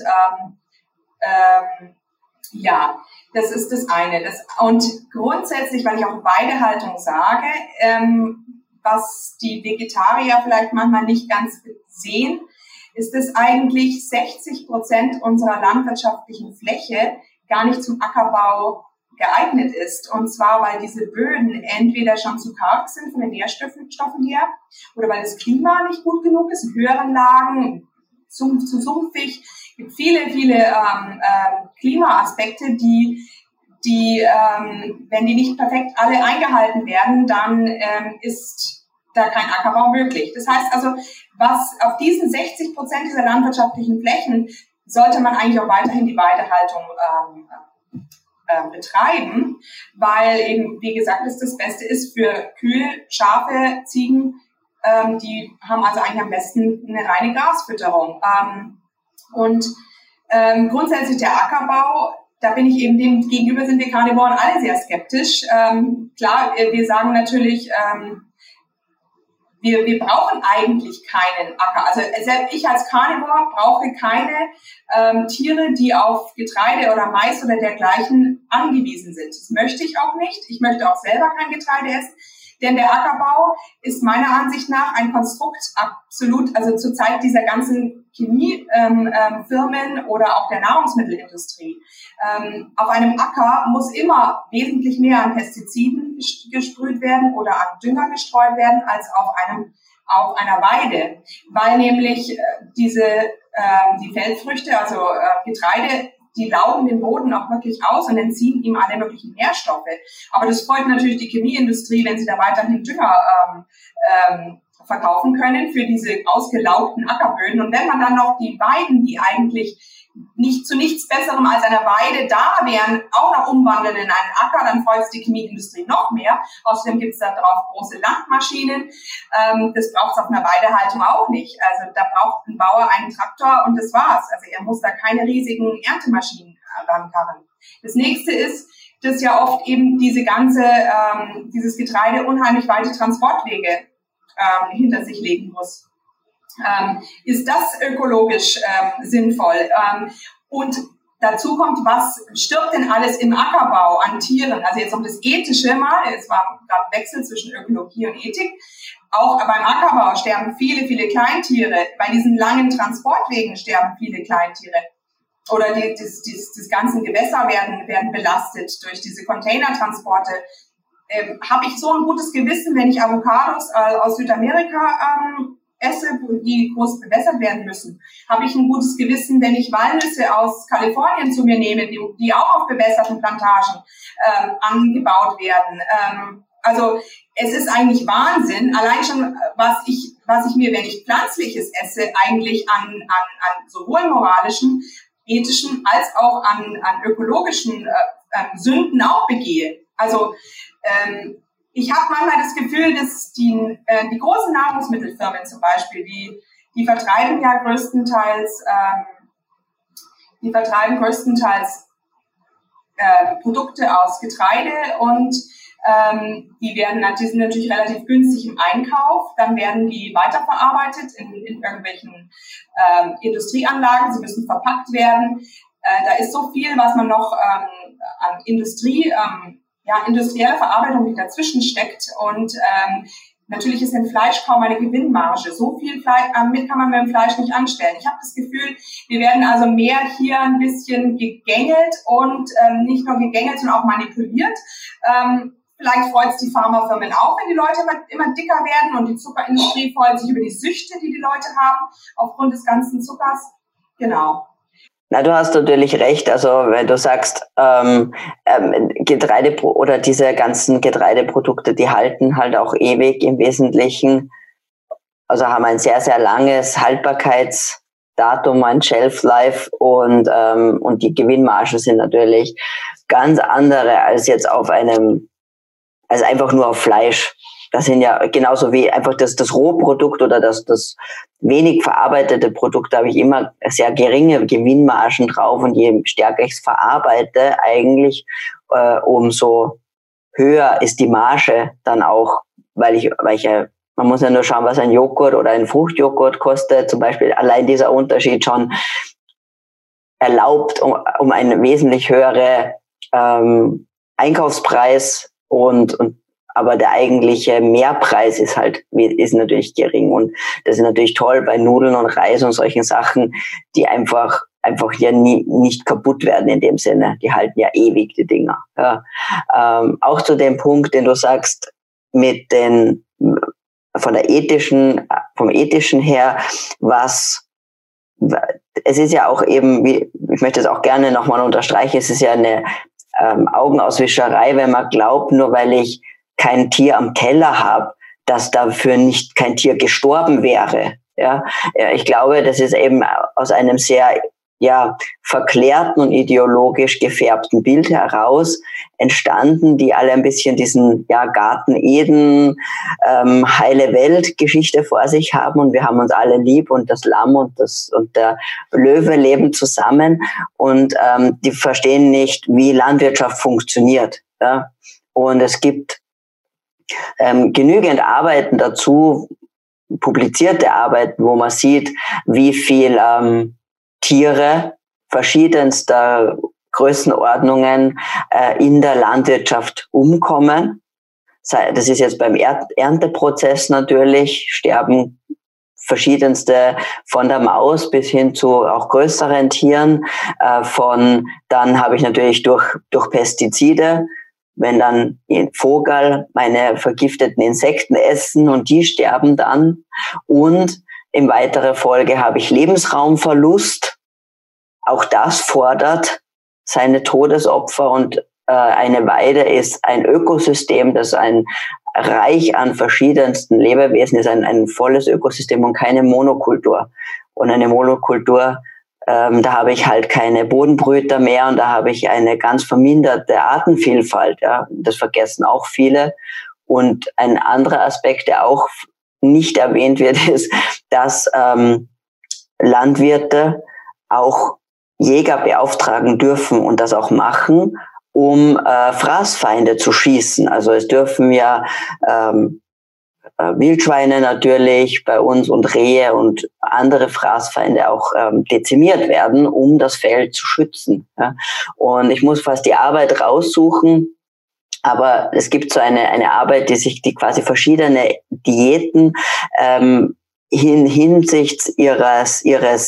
ja, das ist das eine. Und grundsätzlich, weil ich auch Weidehaltung sage, was die Vegetarier vielleicht manchmal nicht ganz sehen, ist es eigentlich 60% unserer landwirtschaftlichen Fläche gar nicht zum Ackerbau geeignet ist. Und zwar, weil diese Böden entweder schon zu karg sind von den Nährstoffen her oder weil das Klima nicht gut genug ist, in höheren Lagen, zu sumpfig. Es gibt viele Klimaaspekte, die wenn die nicht perfekt alle eingehalten werden, dann ist da kein Ackerbau möglich. Das heißt also, was auf diesen 60% dieser landwirtschaftlichen Flächen sollte man eigentlich auch weiterhin die Weidehaltung betreiben, weil eben, wie gesagt, das Beste ist für Kühe, Schafe, Ziegen, die haben also eigentlich am besten eine reine Grasfütterung. Grundsätzlich der Ackerbau, da bin ich eben dem gegenüber, sind wir Karnivoren alle sehr skeptisch. Klar, wir sagen natürlich, wir brauchen eigentlich keinen Acker. Also selbst ich als Karnivor brauche keine Tiere, die auf Getreide oder Mais oder dergleichen angewiesen sind. Das möchte ich auch nicht. Ich möchte auch selber kein Getreide essen. Denn der Ackerbau ist meiner Ansicht nach ein Konstrukt absolut, also zur Zeit dieser ganzen Chemiefirmen oder auch der Nahrungsmittelindustrie. Auf einem Acker muss immer wesentlich mehr an Pestiziden gesprüht werden oder an Dünger gestreut werden als auf einer Weide, weil nämlich die Feldfrüchte, also Getreide, die laugen den Boden auch wirklich aus und entziehen ihm alle möglichen Nährstoffe. Aber das freut natürlich die Chemieindustrie, wenn sie da weiterhin Dünger verkaufen können für diese ausgelaugten Ackerböden. Und wenn man dann noch die Weiden, die eigentlich nicht zu nichts Besserem als einer Weide da wären, auch noch umwandeln in einen Acker, dann freut es die Chemieindustrie noch mehr. Außerdem gibt es da drauf große Landmaschinen. Das braucht es auf einer Weidehaltung auch nicht. Also da braucht ein Bauer einen Traktor und das war's. Also er muss da keine riesigen Erntemaschinen rankarren. Das nächste ist, dass ja oft eben dieses Getreide unheimlich weite Transportwege hinter sich legen muss. Ist das ökologisch sinnvoll? Und dazu kommt, was stirbt denn alles im Ackerbau an Tieren? Also jetzt noch das Ethische mal, es war gerade Wechsel zwischen Ökologie und Ethik. Auch beim Ackerbau sterben viele Kleintiere. Bei diesen langen Transportwegen sterben viele Kleintiere. Oder die ganzen Gewässer werden belastet durch diese Containertransporte. Habe ich so ein gutes Gewissen, wenn ich Avocados aus Südamerika esse, die groß bewässert werden müssen? Habe ich ein gutes Gewissen, wenn ich Walnüsse aus Kalifornien zu mir nehme, die auch auf bewässerten Plantagen angebaut werden? Also es ist eigentlich Wahnsinn, allein schon, was ich mir, wenn ich Pflanzliches esse, eigentlich an sowohl moralischen, ethischen als auch an ökologischen Sünden auch begehe. Also ich habe manchmal das Gefühl, dass die großen Nahrungsmittelfirmen zum Beispiel, die vertreiben ja größtenteils Produkte aus Getreide und die sind natürlich relativ günstig im Einkauf, dann werden die weiterverarbeitet in irgendwelchen Industrieanlagen, sie müssen verpackt werden. Da ist so viel, was man noch an industrielle Verarbeitung, die dazwischen steckt. Und natürlich ist im Fleisch kaum eine Gewinnmarge. So viel Fleisch, kann man mit dem Fleisch nicht anstellen. Ich habe das Gefühl, wir werden also mehr hier ein bisschen gegängelt und nicht nur gegängelt, sondern auch manipuliert. Vielleicht freut es die Pharmafirmen auch, wenn die Leute immer dicker werden, und die Zuckerindustrie freut sich über die Süchte, die Leute haben, aufgrund des ganzen Zuckers. Genau. Na, du hast natürlich recht. Also wenn du sagst, Getreide oder diese ganzen Getreideprodukte, die halten halt auch ewig im Wesentlichen, also haben ein sehr, sehr langes Haltbarkeitsdatum, ein Shelf Life, und die Gewinnmargen sind natürlich ganz andere als jetzt als einfach nur auf Fleisch. das sind ja genauso wie einfach das Rohprodukt oder das wenig verarbeitete Produkt, da habe ich immer sehr geringe Gewinnmargen drauf, und je stärker ich es verarbeite eigentlich, umso höher ist die Marge dann auch, weil man muss ja nur schauen, was ein Joghurt oder ein Fruchtjoghurt kostet, zum Beispiel allein dieser Unterschied schon erlaubt um einen wesentlich höhere Einkaufspreis und aber der eigentliche Mehrpreis ist natürlich gering, und das ist natürlich toll bei Nudeln und Reis und solchen Sachen, die einfach ja nicht kaputt werden in dem Sinne. Die halten ja ewig, die Dinger. Ja. Auch zu dem Punkt, den du sagst, vom ethischen her, es ist ja auch eben, ich möchte es auch gerne nochmal unterstreichen, es ist ja eine Augenauswischerei, wenn man glaubt, nur weil ich kein Tier am Teller habe, dass dafür nicht kein Tier gestorben wäre. Ja, ich glaube, das ist eben aus einem sehr verklärten und ideologisch gefärbten Bild heraus entstanden, die alle ein bisschen diesen Garten Eden, heile Welt Geschichte vor sich haben, und wir haben uns alle lieb, und das Lamm und der Löwe leben zusammen, und die verstehen nicht, wie Landwirtschaft funktioniert. Ja? Und es gibt genügend Arbeiten dazu, publizierte Arbeiten, wo man sieht, wie viel Tiere verschiedenster Größenordnungen in der Landwirtschaft umkommen. Das ist jetzt beim Ernteprozess natürlich, sterben verschiedenste, von der Maus bis hin zu auch größeren Tieren. Dann habe ich natürlich durch Pestizide, wenn dann ein Vogel meine vergifteten Insekten essen und die sterben dann. Und in weiterer Folge habe ich Lebensraumverlust. Auch das fordert seine Todesopfer, und eine Weide ist ein Ökosystem, das ein reich an verschiedensten Lebewesen ist, ein volles Ökosystem und keine Monokultur. Und eine Monokultur, da habe ich halt keine Bodenbrüter mehr, und da habe ich eine ganz verminderte Artenvielfalt. Ja. Das vergessen auch viele. Und ein anderer Aspekt, der auch nicht erwähnt wird, ist, dass Landwirte auch Jäger beauftragen dürfen und das auch machen, um Fraßfeinde zu schießen. Also es dürfen ja Wildschweine natürlich bei uns und Rehe und andere Fraßfeinde auch dezimiert werden, um das Feld zu schützen. Ja. Und ich muss fast die Arbeit raussuchen, aber es gibt so eine Arbeit, die quasi verschiedene Diäten hinsichts ihres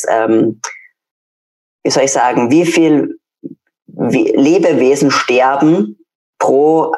wie soll ich sagen, wie viel Lebewesen sterben pro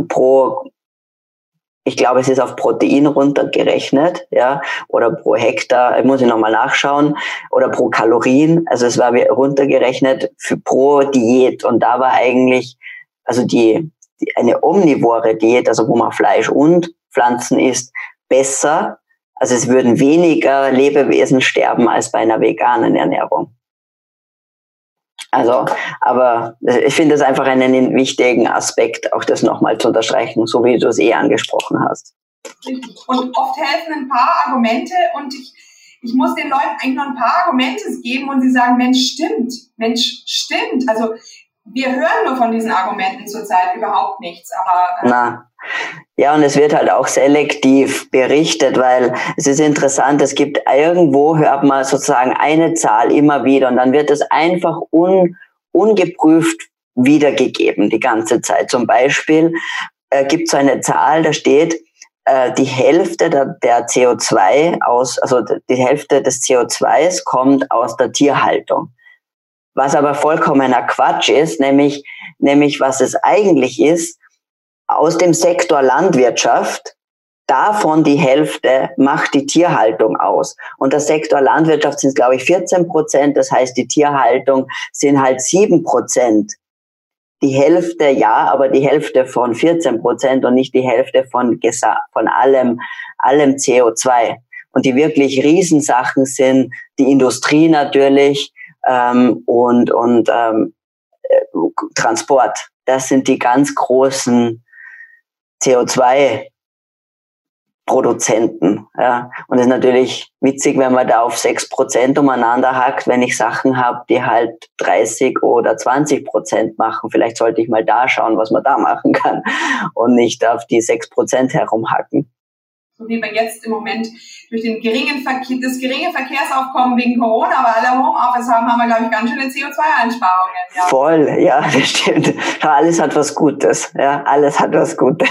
ich glaube, es ist auf Protein runtergerechnet, ja, oder pro Hektar, muss ich nochmal nachschauen, oder pro Kalorien. Also es war runtergerechnet pro Diät, und da war eigentlich, also eine omnivore Diät, also wo man Fleisch und Pflanzen isst, besser. Also es würden weniger Lebewesen sterben als bei einer veganen Ernährung. Also, aber ich finde es einfach einen wichtigen Aspekt, auch das nochmal zu unterstreichen, so wie du es angesprochen hast. Und oft helfen ein paar Argumente, und ich muss den Leuten eigentlich noch ein paar Argumente geben, und sie sagen, Mensch, stimmt. Also wir hören nur von diesen Argumenten zurzeit überhaupt nichts. Aber ja, und es wird halt auch selektiv berichtet, weil es ist interessant, es gibt irgendwo, hört man sozusagen eine Zahl immer wieder, und dann wird es einfach ungeprüft wiedergegeben die ganze Zeit. Zum Beispiel gibt es so eine Zahl, da steht, die Hälfte der CO2 also die Hälfte des CO2s kommt aus der Tierhaltung. Was aber vollkommener Quatsch ist, nämlich was es eigentlich ist, aus dem Sektor Landwirtschaft, davon die Hälfte macht die Tierhaltung aus. Und der Sektor Landwirtschaft sind, glaube ich, 14%. Das heißt, die Tierhaltung sind halt 7%. Die Hälfte, ja, aber die Hälfte von 14% und nicht die Hälfte von allem CO2. Und die wirklich Riesensachen sind die Industrie natürlich und Transport. Das sind die ganz großen CO2 Produzenten. Ja. Und es ist natürlich witzig, wenn man da auf 6% umeinander hackt, wenn ich Sachen habe, die halt 30 oder 20% machen. Vielleicht sollte ich mal da schauen, was man da machen kann und nicht auf die 6% herumhacken. So wie wir jetzt im Moment durch das geringe Verkehrsaufkommen wegen Corona, weil alle Homeoffice haben wir, glaube ich, ganz schöne CO2-Einsparungen. Ja. Voll, ja, das stimmt. Alles hat was Gutes. Ja, alles hat was Gutes.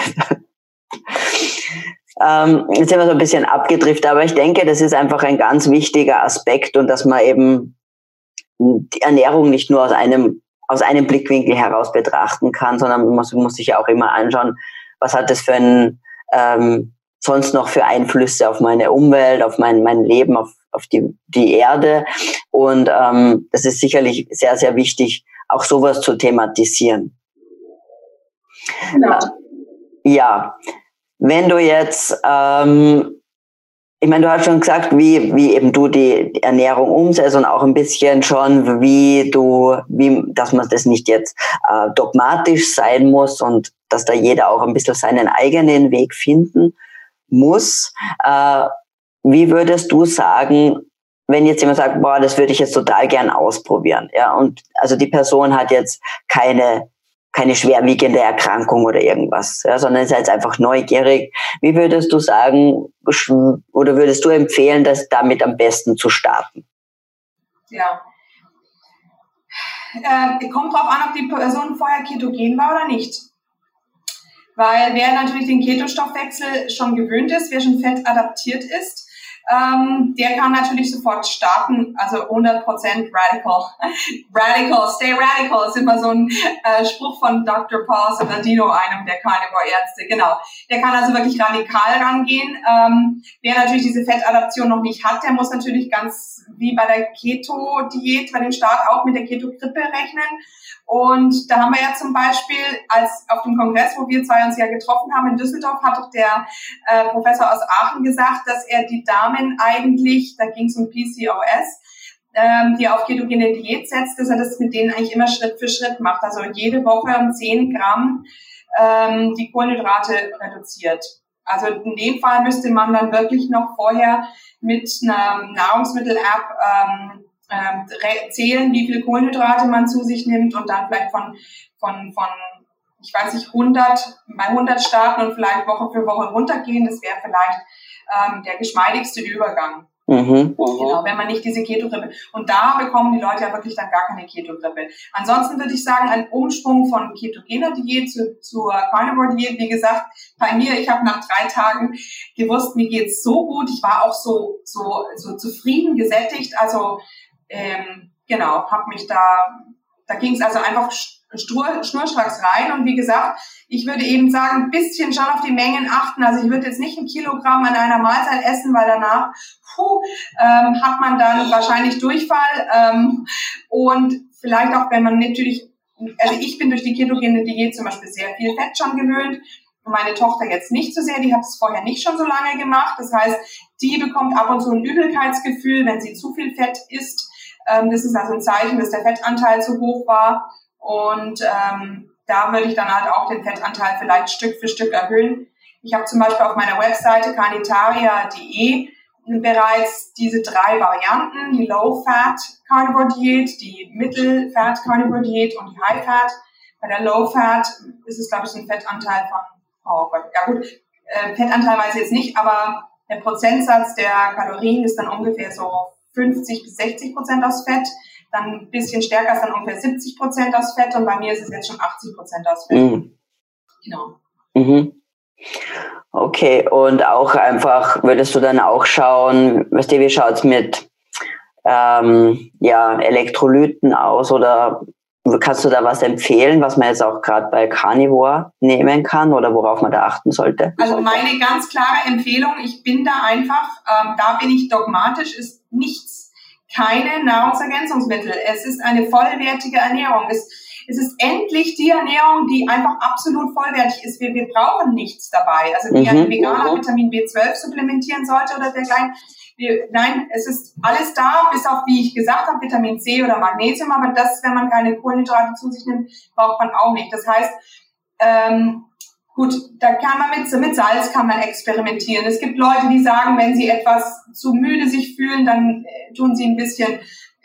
Jetzt sind wir so ein bisschen abgedriftet, aber ich denke, das ist einfach ein ganz wichtiger Aspekt und dass man eben die Ernährung nicht nur aus einem Blickwinkel heraus betrachten kann, sondern man muss sich ja auch immer anschauen, was hat das für sonst noch für Einflüsse auf meine Umwelt, auf mein Leben, auf die Erde. Und das ist sicherlich sehr, sehr wichtig, auch sowas zu thematisieren. Genau. Ja. Wenn du jetzt, ich meine, du hast schon gesagt, wie eben du die Ernährung umsetzt und auch ein bisschen schon, dass man das nicht jetzt dogmatisch sein muss und dass da jeder auch ein bisschen seinen eigenen Weg finden muss. Wie würdest du sagen, wenn jetzt jemand sagt, boah, das würde ich jetzt total gern ausprobieren, ja, und also die Person hat jetzt keine schwerwiegende Erkrankung oder irgendwas, ja, sondern ist jetzt einfach neugierig. Wie würdest du sagen oder würdest du empfehlen, das damit am besten zu starten? Ja. Kommt drauf an, ob die Person vorher ketogen war oder nicht. Weil wer natürlich den Ketostoffwechsel schon gewöhnt ist, wer schon fettadaptiert ist, der kann natürlich sofort starten, also 100% radical. Radical, stay radical ist immer so ein Spruch von Dr. Paul Saladino, einem der Carnivore-Ärzte, genau. Der kann also wirklich radikal rangehen. Wer natürlich diese Fettadaption noch nicht hat, der muss natürlich ganz wie bei der Keto-Diät, bei dem Start auch mit der Keto-Grippe rechnen. Und da haben wir ja zum Beispiel, als auf dem Kongress, wo wir zwei uns ja getroffen haben in Düsseldorf, hat doch der Professor aus Aachen gesagt, dass er die Damen eigentlich, da ging es um PCOS, die auf ketogene Diät setzt, dass er das mit denen eigentlich immer Schritt für Schritt macht. Also jede Woche um 10 Gramm die Kohlenhydrate reduziert. Also in dem Fall müsste man dann wirklich noch vorher mit einer Nahrungsmittel-App zählen, wie viel Kohlenhydrate man zu sich nimmt und dann vielleicht von ich weiß nicht, 100 starten und vielleicht Woche für Woche runtergehen. Das wäre vielleicht der geschmeidigste Übergang. Genau, wenn man nicht diese Keto-Grippe. Und da bekommen die Leute ja wirklich dann gar keine Keto-Grippe. Ansonsten würde ich sagen, ein Umschwung von ketogener Diät zur Carnivore-Diät. Wie gesagt, bei mir, ich habe nach 3 Tagen gewusst, mir geht's so gut. Ich war auch so zufrieden, gesättigt. Also genau, habe mich da ging es also einfach schnurstracks rein. Und wie gesagt, ich würde eben sagen, ein bisschen schon auf die Mengen achten. Also ich würde jetzt nicht 1 Kilogramm an einer Mahlzeit essen, weil danach hat man dann wahrscheinlich Durchfall. Und vielleicht auch, wenn man natürlich, also ich bin durch die ketogene Diät zum Beispiel sehr viel Fett schon gewöhnt. Und meine Tochter jetzt nicht so sehr, die hat es vorher nicht schon so lange gemacht. Das heißt, die bekommt ab und zu ein Übelkeitsgefühl, wenn sie zu viel Fett isst. Das ist also ein Zeichen, dass der Fettanteil zu hoch war. Und da würde ich dann halt auch den Fettanteil vielleicht Stück für Stück erhöhen. Ich habe zum Beispiel auf meiner Webseite carnitaria.de bereits diese 3 Varianten, die Low-Fat Carnivore Diät, die Mittel-Fat Carnivore Diät und die High-Fat. Bei der Low-Fat ist es, glaube ich, ein Fettanteil von, oh Gott, ja gut, Fettanteil weiß ich jetzt nicht, aber der Prozentsatz der Kalorien ist dann ungefähr so 50-60% aus Fett. Dann ein bisschen stärker ist dann ungefähr 70% aus Fett und bei mir ist es jetzt schon 80% aus Fett. Genau. Okay, und auch einfach, würdest du dann auch schauen, weißt du, wie schaut's mit Elektrolyten aus oder kannst du da was empfehlen, was man jetzt auch gerade bei Carnivore nehmen kann oder worauf man da achten sollte? Also meine ganz klare Empfehlung, ich bin da einfach, da bin ich dogmatisch, ist nichts, keine Nahrungsergänzungsmittel. Es ist eine vollwertige Ernährung. Es ist endlich die Ernährung, die einfach absolut vollwertig ist. Wir brauchen nichts dabei. Also wie ein Veganer Vitamin B12 supplementieren sollte oder dergleichen. Nein, es ist alles da, bis auf, wie ich gesagt habe, Vitamin C oder Magnesium. Aber das, wenn man keine Kohlenhydrate zu sich nimmt, braucht man auch nicht. Das heißt, Gut, da kann man mit Salz kann man experimentieren. Es gibt Leute, die sagen, wenn sie etwas zu müde sich fühlen, dann tun sie ein bisschen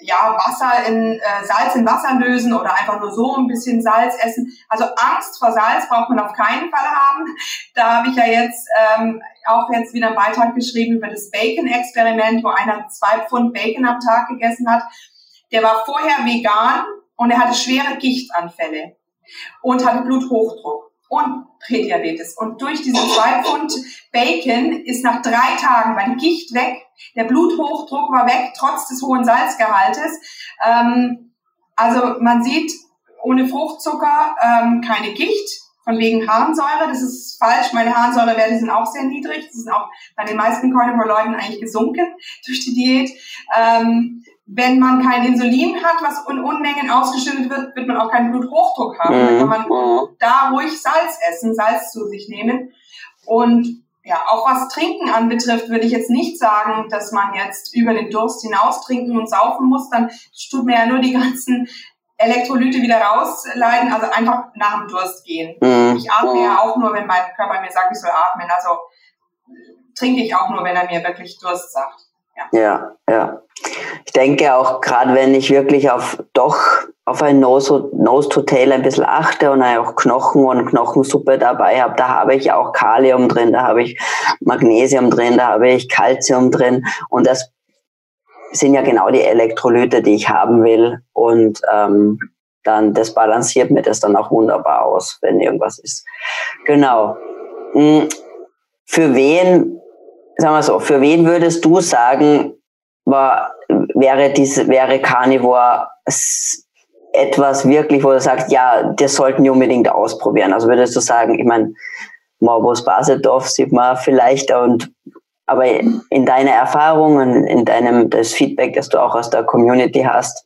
Salz in Wasser lösen oder einfach nur so ein bisschen Salz essen. Also Angst vor Salz braucht man auf keinen Fall haben. Da habe ich ja jetzt wieder einen Beitrag geschrieben über das Bacon-Experiment, wo einer 2 Pfund Bacon am Tag gegessen hat. Der war vorher vegan und er hatte schwere Gichtanfälle und hatte Bluthochdruck und Prädiabetes. Und durch diese 2 Pfund Bacon ist nach 3 Tagen war die Gicht weg, der Bluthochdruck war weg, trotz des hohen Salzgehaltes. Also man sieht, ohne Fruchtzucker keine Gicht, von wegen Harnsäure, das ist falsch. Meine Harnsäurewerte sind auch sehr niedrig, die sind auch bei den meisten Carnivore-Leuten eigentlich gesunken durch die Diät. Wenn man kein Insulin hat, was in Unmengen ausgeschüttet wird, wird man auch keinen Bluthochdruck haben. Dann kann man da ruhig Salz essen, Salz zu sich nehmen. Und ja, auch was Trinken anbetrifft, würde ich jetzt nicht sagen, dass man jetzt über den Durst hinaus trinken und saufen muss. Dann tut mir ja nur die ganzen Elektrolyte wieder rausleiten, also einfach nach dem Durst gehen. Ich atme ja auch nur, wenn mein Körper mir sagt, ich soll atmen. Also trinke ich auch nur, wenn er mir wirklich Durst sagt. Ja. Ich denke auch, gerade wenn ich wirklich auf ein Nose-to-Tail ein bisschen achte und auch Knochen und Knochensuppe dabei habe, da habe ich auch Kalium drin, da habe ich Magnesium drin, da habe ich Calcium drin und das sind ja genau die Elektrolyte, die ich haben will und dann das balanciert mir das dann auch wunderbar aus, wenn irgendwas ist. Genau. Für wen würdest du sagen, wäre Carnivore etwas wirklich, wo du sagst, ja, das sollten die unbedingt ausprobieren? Also würdest du sagen, ich meine, Morbus Basedorf sieht man vielleicht, aber in deiner Erfahrung und das Feedback, das du auch aus der Community hast?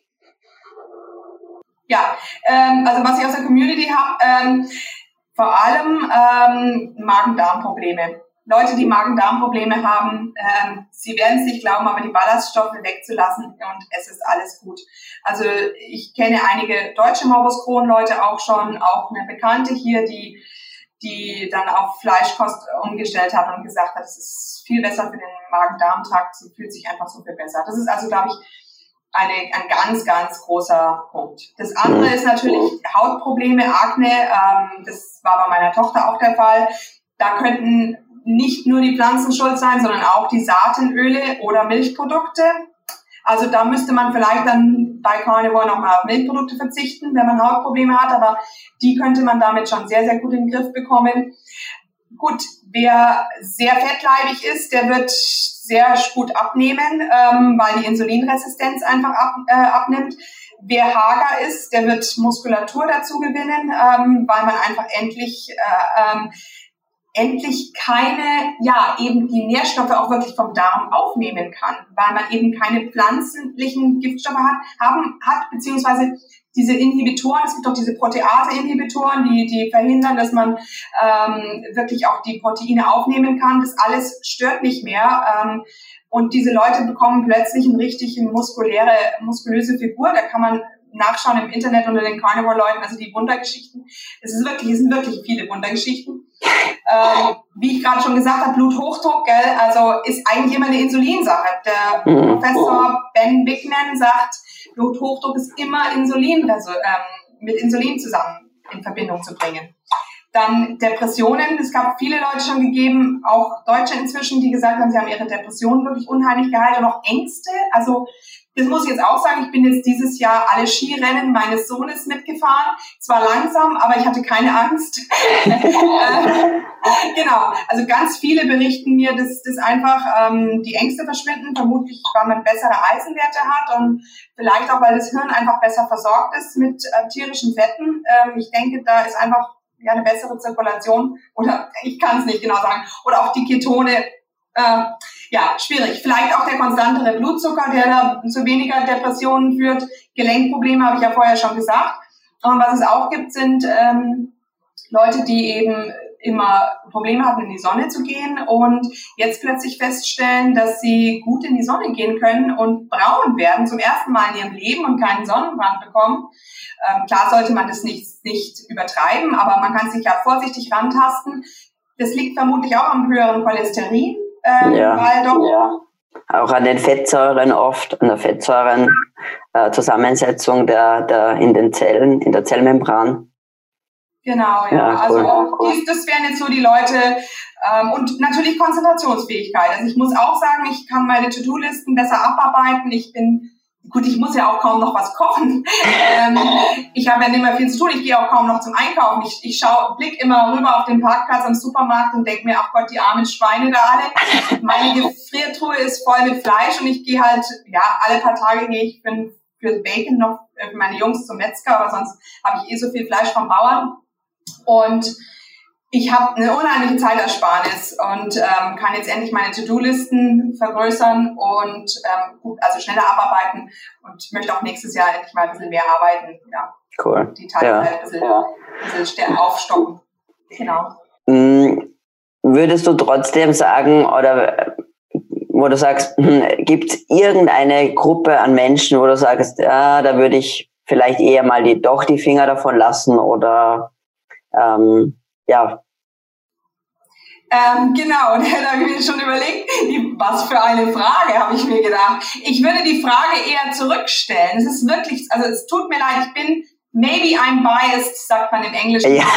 Ja, also was ich aus der Community habe, vor allem Magen-Darm-Probleme. Leute, die Magen-Darm-Probleme haben, sie werden es nicht glauben, aber die Ballaststoffe wegzulassen und es ist alles gut. Also ich kenne einige deutsche Morbus Crohn-Leute auch schon, auch eine Bekannte hier, die dann auf Fleischkost umgestellt hat und gesagt hat, es ist viel besser für den Magen-Darm-Trakt, sie fühlt sich einfach so viel besser. Das ist also, glaube ich, ein ganz, ganz großer Punkt. Das andere ist natürlich Hautprobleme, Akne, das war bei meiner Tochter auch der Fall. Da könnten nicht nur die Pflanzen schuld sein, sondern auch die Saatenöle oder Milchprodukte. Also da müsste man vielleicht dann bei Carnivore nochmal auf Milchprodukte verzichten, wenn man Hautprobleme hat, aber die könnte man damit schon sehr, sehr gut in den Griff bekommen. Gut, wer sehr fettleibig ist, der wird sehr gut abnehmen, weil die Insulinresistenz einfach abnimmt. Wer hager ist, der wird Muskulatur dazu gewinnen, weil man einfach endlich eben die Nährstoffe auch wirklich vom Darm aufnehmen kann, weil man eben keine pflanzlichen Giftstoffe hat, beziehungsweise diese Inhibitoren, es gibt auch diese Protease-Inhibitoren, die verhindern, dass man wirklich auch die Proteine aufnehmen kann. Das alles stört nicht mehr. Und diese Leute bekommen plötzlich eine richtig muskulöse Figur. Da kann man nachschauen im Internet unter den Carnivore-Leuten, also die Wundergeschichten. Es sind wirklich viele Wundergeschichten. Wie ich gerade schon gesagt habe, Bluthochdruck, also ist eigentlich immer eine Insulinsache. Der Professor Ben Bigman sagt, Bluthochdruck ist immer mit Insulin zusammen in Verbindung zu bringen. Dann Depressionen. Es gab viele Leute schon gegeben, auch Deutsche inzwischen, die gesagt haben, sie haben ihre Depressionen wirklich unheimlich geheilt und auch Ängste. Also das muss ich jetzt auch sagen, ich bin jetzt dieses Jahr alle Skirennen meines Sohnes mitgefahren. Zwar langsam, aber ich hatte keine Angst. Genau, also ganz viele berichten mir, dass einfach die Ängste verschwinden, vermutlich weil man bessere Eisenwerte hat und vielleicht auch, weil das Hirn einfach besser versorgt ist mit tierischen Fetten. Ich denke, da ist einfach eine bessere Zirkulation oder ich kann es nicht genau sagen. Oder auch die Ketone. Schwierig. Vielleicht auch der konstantere Blutzucker, der da zu weniger Depressionen führt. Gelenkprobleme habe ich ja vorher schon gesagt. Und was es auch gibt, sind Leute, die eben immer Probleme hatten, in die Sonne zu gehen und jetzt plötzlich feststellen, dass sie gut in die Sonne gehen können und braun werden zum ersten Mal in ihrem Leben und keinen Sonnenbrand bekommen. Klar sollte man das nicht übertreiben, aber man kann sich ja vorsichtig rantasten. Das liegt vermutlich auch am höheren Cholesterin, weil doch auch an den Fettsäuren oft, an der Fettsäuren-Zusammensetzung in der Zellmembran. Genau, ja. Cool. Also das wären jetzt so die Leute und natürlich Konzentrationsfähigkeit. Also ich muss auch sagen, ich kann meine To-Do-Listen besser abarbeiten. Ich muss ja auch kaum noch was kochen. Ich habe ja nicht mehr viel zu tun. Ich gehe auch kaum noch zum Einkaufen. Ich blick immer rüber auf den Parkplatz am Supermarkt und denke mir, ach Gott, die armen Schweine da alle. Meine Gefriertruhe ist voll mit Fleisch und ich gehe halt, alle paar Tage gehe ich für Bacon noch für meine Jungs zum Metzger, aber sonst habe ich so viel Fleisch vom Bauern. Und ich habe eine unheimliche Zeitersparnis und kann jetzt endlich meine To-Do-Listen vergrößern und schneller abarbeiten und möchte auch nächstes Jahr endlich mal ein bisschen mehr arbeiten. Ja. Cool. Die Teilzeit ein bisschen aufstocken. Genau. Würdest du trotzdem sagen, oder wo du sagst, gibt es irgendeine Gruppe an Menschen, wo du sagst, da würde ich vielleicht eher mal die Finger davon lassen oder genau, da habe ich mir schon überlegt, was für eine Frage, habe ich mir gedacht. Ich würde die Frage eher zurückstellen. Es ist wirklich, also es tut mir leid, maybe I'm biased, sagt man im Englischen. Ja.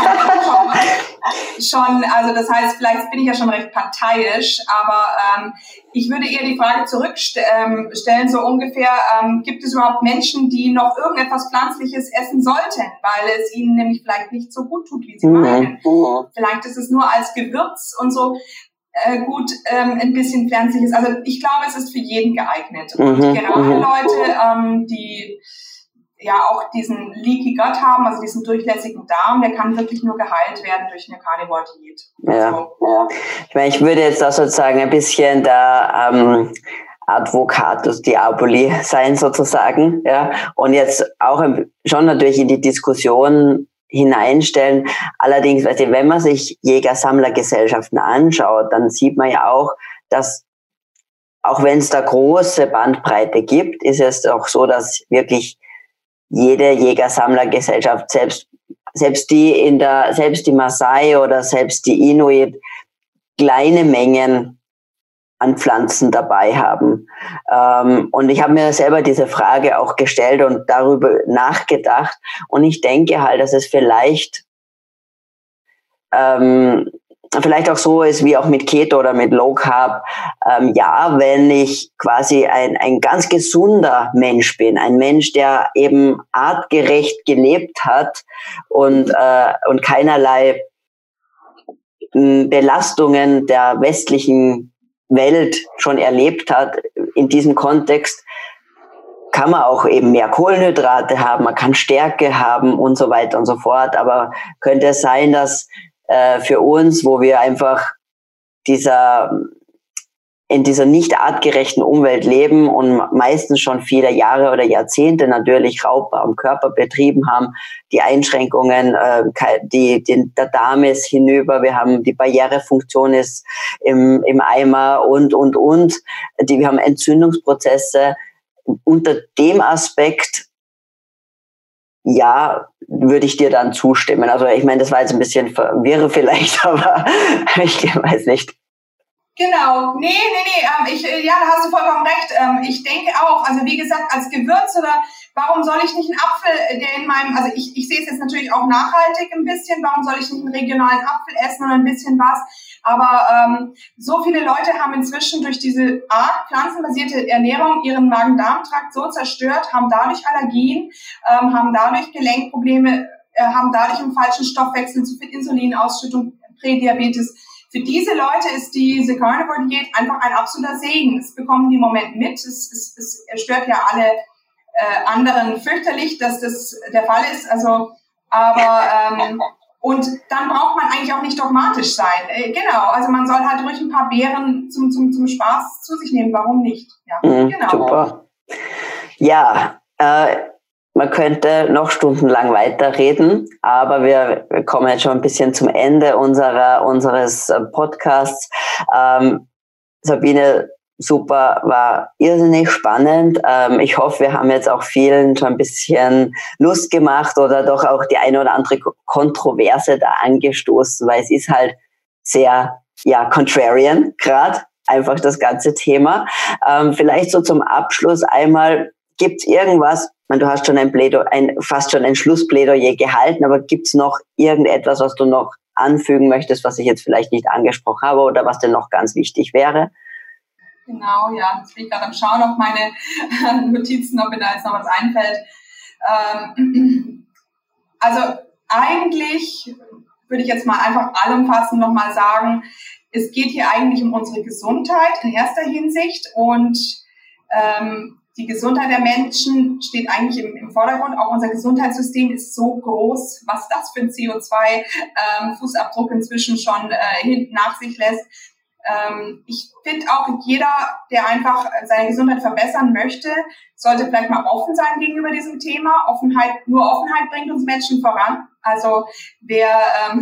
Schon, also das heißt, vielleicht bin ich ja schon recht parteiisch, aber ich würde eher die Frage zurückstellen, so ungefähr, gibt es überhaupt Menschen, die noch irgendetwas Pflanzliches essen sollten, weil es ihnen nämlich vielleicht nicht so gut tut, wie sie meinen. Vielleicht ist es nur als Gewürz und so gut ein bisschen Pflanzliches. Also ich glaube, es ist für jeden geeignet. Und gerade Leute, die auch diesen Leaky Gut haben, also diesen durchlässigen Darm, der kann wirklich nur geheilt werden durch eine Carnivore-Diät. Ja. Ich meine, ich würde jetzt auch sozusagen ein bisschen der Advocatus Diaboli sein sozusagen, ja, und jetzt auch schon natürlich in die Diskussion hineinstellen. Allerdings, wenn man sich Jäger-Sammler-Gesellschaften anschaut, dann sieht man ja auch, dass auch wenn es da große Bandbreite gibt, ist es auch so, dass wirklich jede Jäger-Sammler-Gesellschaft, selbst die Maasai oder selbst die Inuit kleine Mengen an Pflanzen dabei haben. Und ich habe mir selber diese Frage auch gestellt und darüber nachgedacht. Und ich denke halt, dass es vielleicht auch so ist wie auch mit Keto oder mit Low Carb, wenn ich quasi ein ganz gesunder Mensch bin, ein Mensch, der eben artgerecht gelebt hat und keinerlei Belastungen der westlichen Welt schon erlebt hat, in diesem Kontext kann man auch eben mehr Kohlenhydrate haben, man kann Stärke haben und so weiter und so fort, aber könnte es sein, dass für uns, wo wir einfach in dieser nicht artgerechten Umwelt leben und meistens schon viele Jahre oder Jahrzehnte natürlich Raubbau am Körper betrieben haben, die Einschränkungen, der Darm ist hinüber, wir haben die Barrierefunktion ist im Eimer und. Wir haben Entzündungsprozesse. Unter dem Aspekt würde ich dir dann zustimmen. Also ich meine, das war jetzt ein bisschen verwirrend vielleicht, aber ich weiß nicht. Genau, nee, da hast du vollkommen recht. Ich denke auch, also wie gesagt, als Gewürz oder warum soll ich nicht einen Apfel, der in meinem, also ich sehe es jetzt natürlich auch nachhaltig ein bisschen, warum soll ich nicht einen regionalen Apfel essen oder ein bisschen was? Aber so viele Leute haben inzwischen durch diese Art pflanzenbasierte Ernährung ihren Magen-Darm-Trakt so zerstört, haben dadurch Allergien, haben dadurch Gelenkprobleme, haben dadurch einen falschen Stoffwechsel, zu viel Insulinausschüttung, Prädiabetes. Für diese Leute ist diese Carnivore-Diät einfach ein absoluter Segen. Das bekommen die im Moment mit. Es stört ja alle anderen fürchterlich, dass das der Fall ist. Also, aber und dann braucht man eigentlich auch nicht dogmatisch sein. Genau, also man soll halt ruhig ein paar Beeren zum Spaß zu sich nehmen. Warum nicht? Ja, genau. Super. Ja, man könnte noch stundenlang weiterreden, aber wir kommen jetzt schon ein bisschen zum Ende unseres Podcasts. Sabine, super, war irrsinnig spannend. Ich hoffe, wir haben jetzt auch vielen schon ein bisschen Lust gemacht oder doch auch die eine oder andere Kontroverse da angestoßen, weil es ist halt sehr, contrarian gerade, einfach das ganze Thema. Vielleicht so zum Abschluss einmal, gibt's irgendwas, du hast schon fast schon ein Schlussplädoyer gehalten, aber gibt's noch irgendetwas, was du noch anfügen möchtest, was ich jetzt vielleicht nicht angesprochen habe oder was dir noch ganz wichtig wäre? Genau, ja, jetzt bin ich gerade am Schauen auf meine Notizen, ob mir da jetzt noch was einfällt. Also eigentlich würde ich jetzt mal einfach allumfassend nochmal sagen, es geht hier eigentlich um unsere Gesundheit in erster Hinsicht und die Gesundheit der Menschen steht eigentlich im Vordergrund. Auch unser Gesundheitssystem ist so groß, was das für ein CO2-Fußabdruck inzwischen schon hinten nach sich lässt. Ich finde auch, jeder, der einfach seine Gesundheit verbessern möchte, sollte vielleicht mal offen sein gegenüber diesem Thema. Nur Offenheit bringt uns Menschen voran. Also wer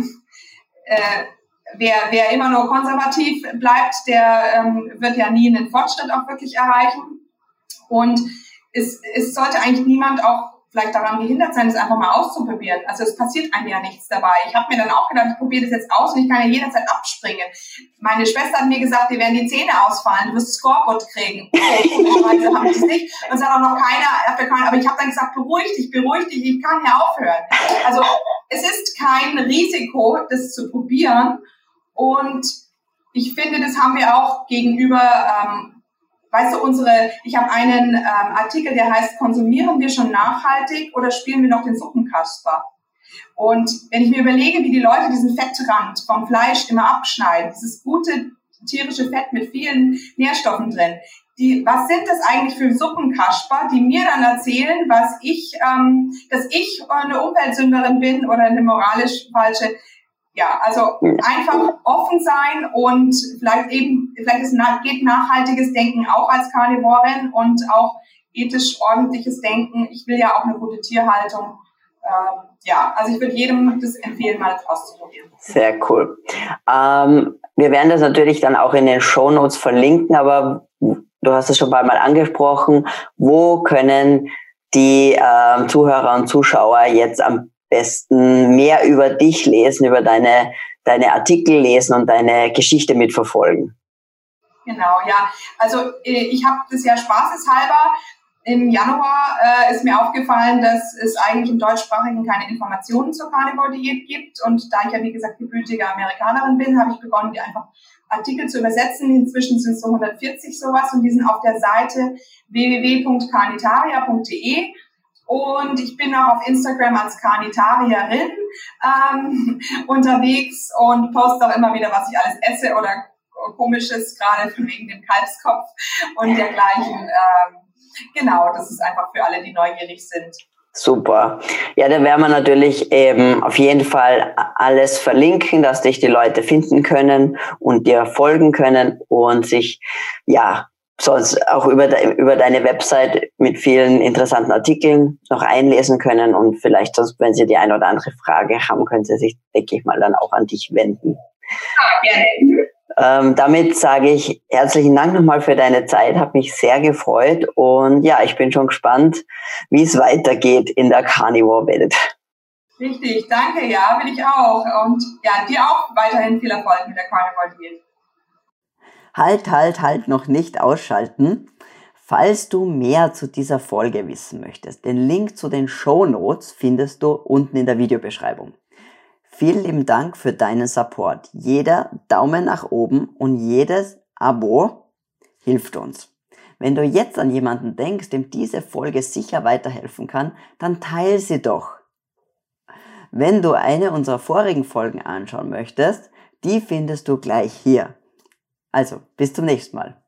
immer nur konservativ bleibt, der wird ja nie einen Fortschritt auch wirklich erreichen. Und es sollte eigentlich niemand auch vielleicht daran gehindert sein, es einfach mal auszuprobieren. Also es passiert einem ja nichts dabei. Ich habe mir dann auch gedacht, ich probiere das jetzt aus und ich kann ja jederzeit abspringen. Meine Schwester hat mir gesagt, dir werden die Zähne ausfallen, du wirst Skorbut kriegen. Also habe ich es nicht. Und es hat auch noch keiner, aber ich habe dann gesagt, beruhig dich, ich kann ja aufhören. Also es ist kein Risiko, das zu probieren. Und ich finde, das haben wir auch gegenüber ich habe einen Artikel, der heißt, konsumieren wir schon nachhaltig oder spielen wir noch den Suppenkasper? Und wenn ich mir überlege, wie die Leute diesen Fettrand vom Fleisch immer abschneiden, dieses gute tierische Fett mit vielen Nährstoffen drin, was sind das eigentlich für Suppenkasper, die mir dann erzählen, dass ich eine Umweltsünderin bin oder eine moralisch falsche. Ja, also einfach offen sein und geht nachhaltiges Denken auch als Karnivorin und auch ethisch ordentliches Denken. Ich will ja auch eine gute Tierhaltung. Also ich würde jedem das empfehlen, mal das auszuprobieren. Sehr cool. Wir werden das natürlich dann auch in den Shownotes verlinken, aber du hast es schon mal angesprochen. Wo können die Zuhörer und Zuschauer jetzt am besten mehr über dich lesen, über deine Artikel lesen und deine Geschichte mitverfolgen? Genau, ja. Also ich habe das ja spaßeshalber. Im Januar ist mir aufgefallen, dass es eigentlich im Deutschsprachigen keine Informationen zur Carnivore-Diät gibt. Und da ich ja, wie gesagt, gebürtige Amerikanerin bin, habe ich begonnen, die einfach Artikel zu übersetzen. Inzwischen sind es so 140 sowas und die sind auf der Seite www.carnitaria.de. Und ich bin auch auf Instagram als Carnitarierin unterwegs und poste auch immer wieder, was ich alles esse oder Komisches, gerade wegen dem Kalbskopf und dergleichen. Genau, das ist einfach für alle, die neugierig sind. Super. Ja, da werden wir natürlich auf jeden Fall alles verlinken, dass dich die Leute finden können und dir folgen können und sich, sonst auch über deine Website mit vielen interessanten Artikeln noch einlesen können und vielleicht sonst, wenn sie die eine oder andere Frage haben, können sie sich, denke ich mal, dann auch an dich wenden. Gerne. Damit sage ich herzlichen Dank nochmal für deine Zeit, habe mich sehr gefreut und ja, ich bin schon gespannt, wie es weitergeht in der Carnivore-Welt. Richtig, danke, ja, will ich auch und ja, dir auch weiterhin viel Erfolg mit der Carnivore-Diät. Halt, noch nicht ausschalten. Falls du mehr zu dieser Folge wissen möchtest, den Link zu den Shownotes findest du unten in der Videobeschreibung. Vielen lieben Dank für deinen Support. Jeder Daumen nach oben und jedes Abo hilft uns. Wenn du jetzt an jemanden denkst, dem diese Folge sicher weiterhelfen kann, dann teile sie doch. Wenn du eine unserer vorigen Folgen anschauen möchtest, die findest du gleich hier. Also, bis zum nächsten Mal.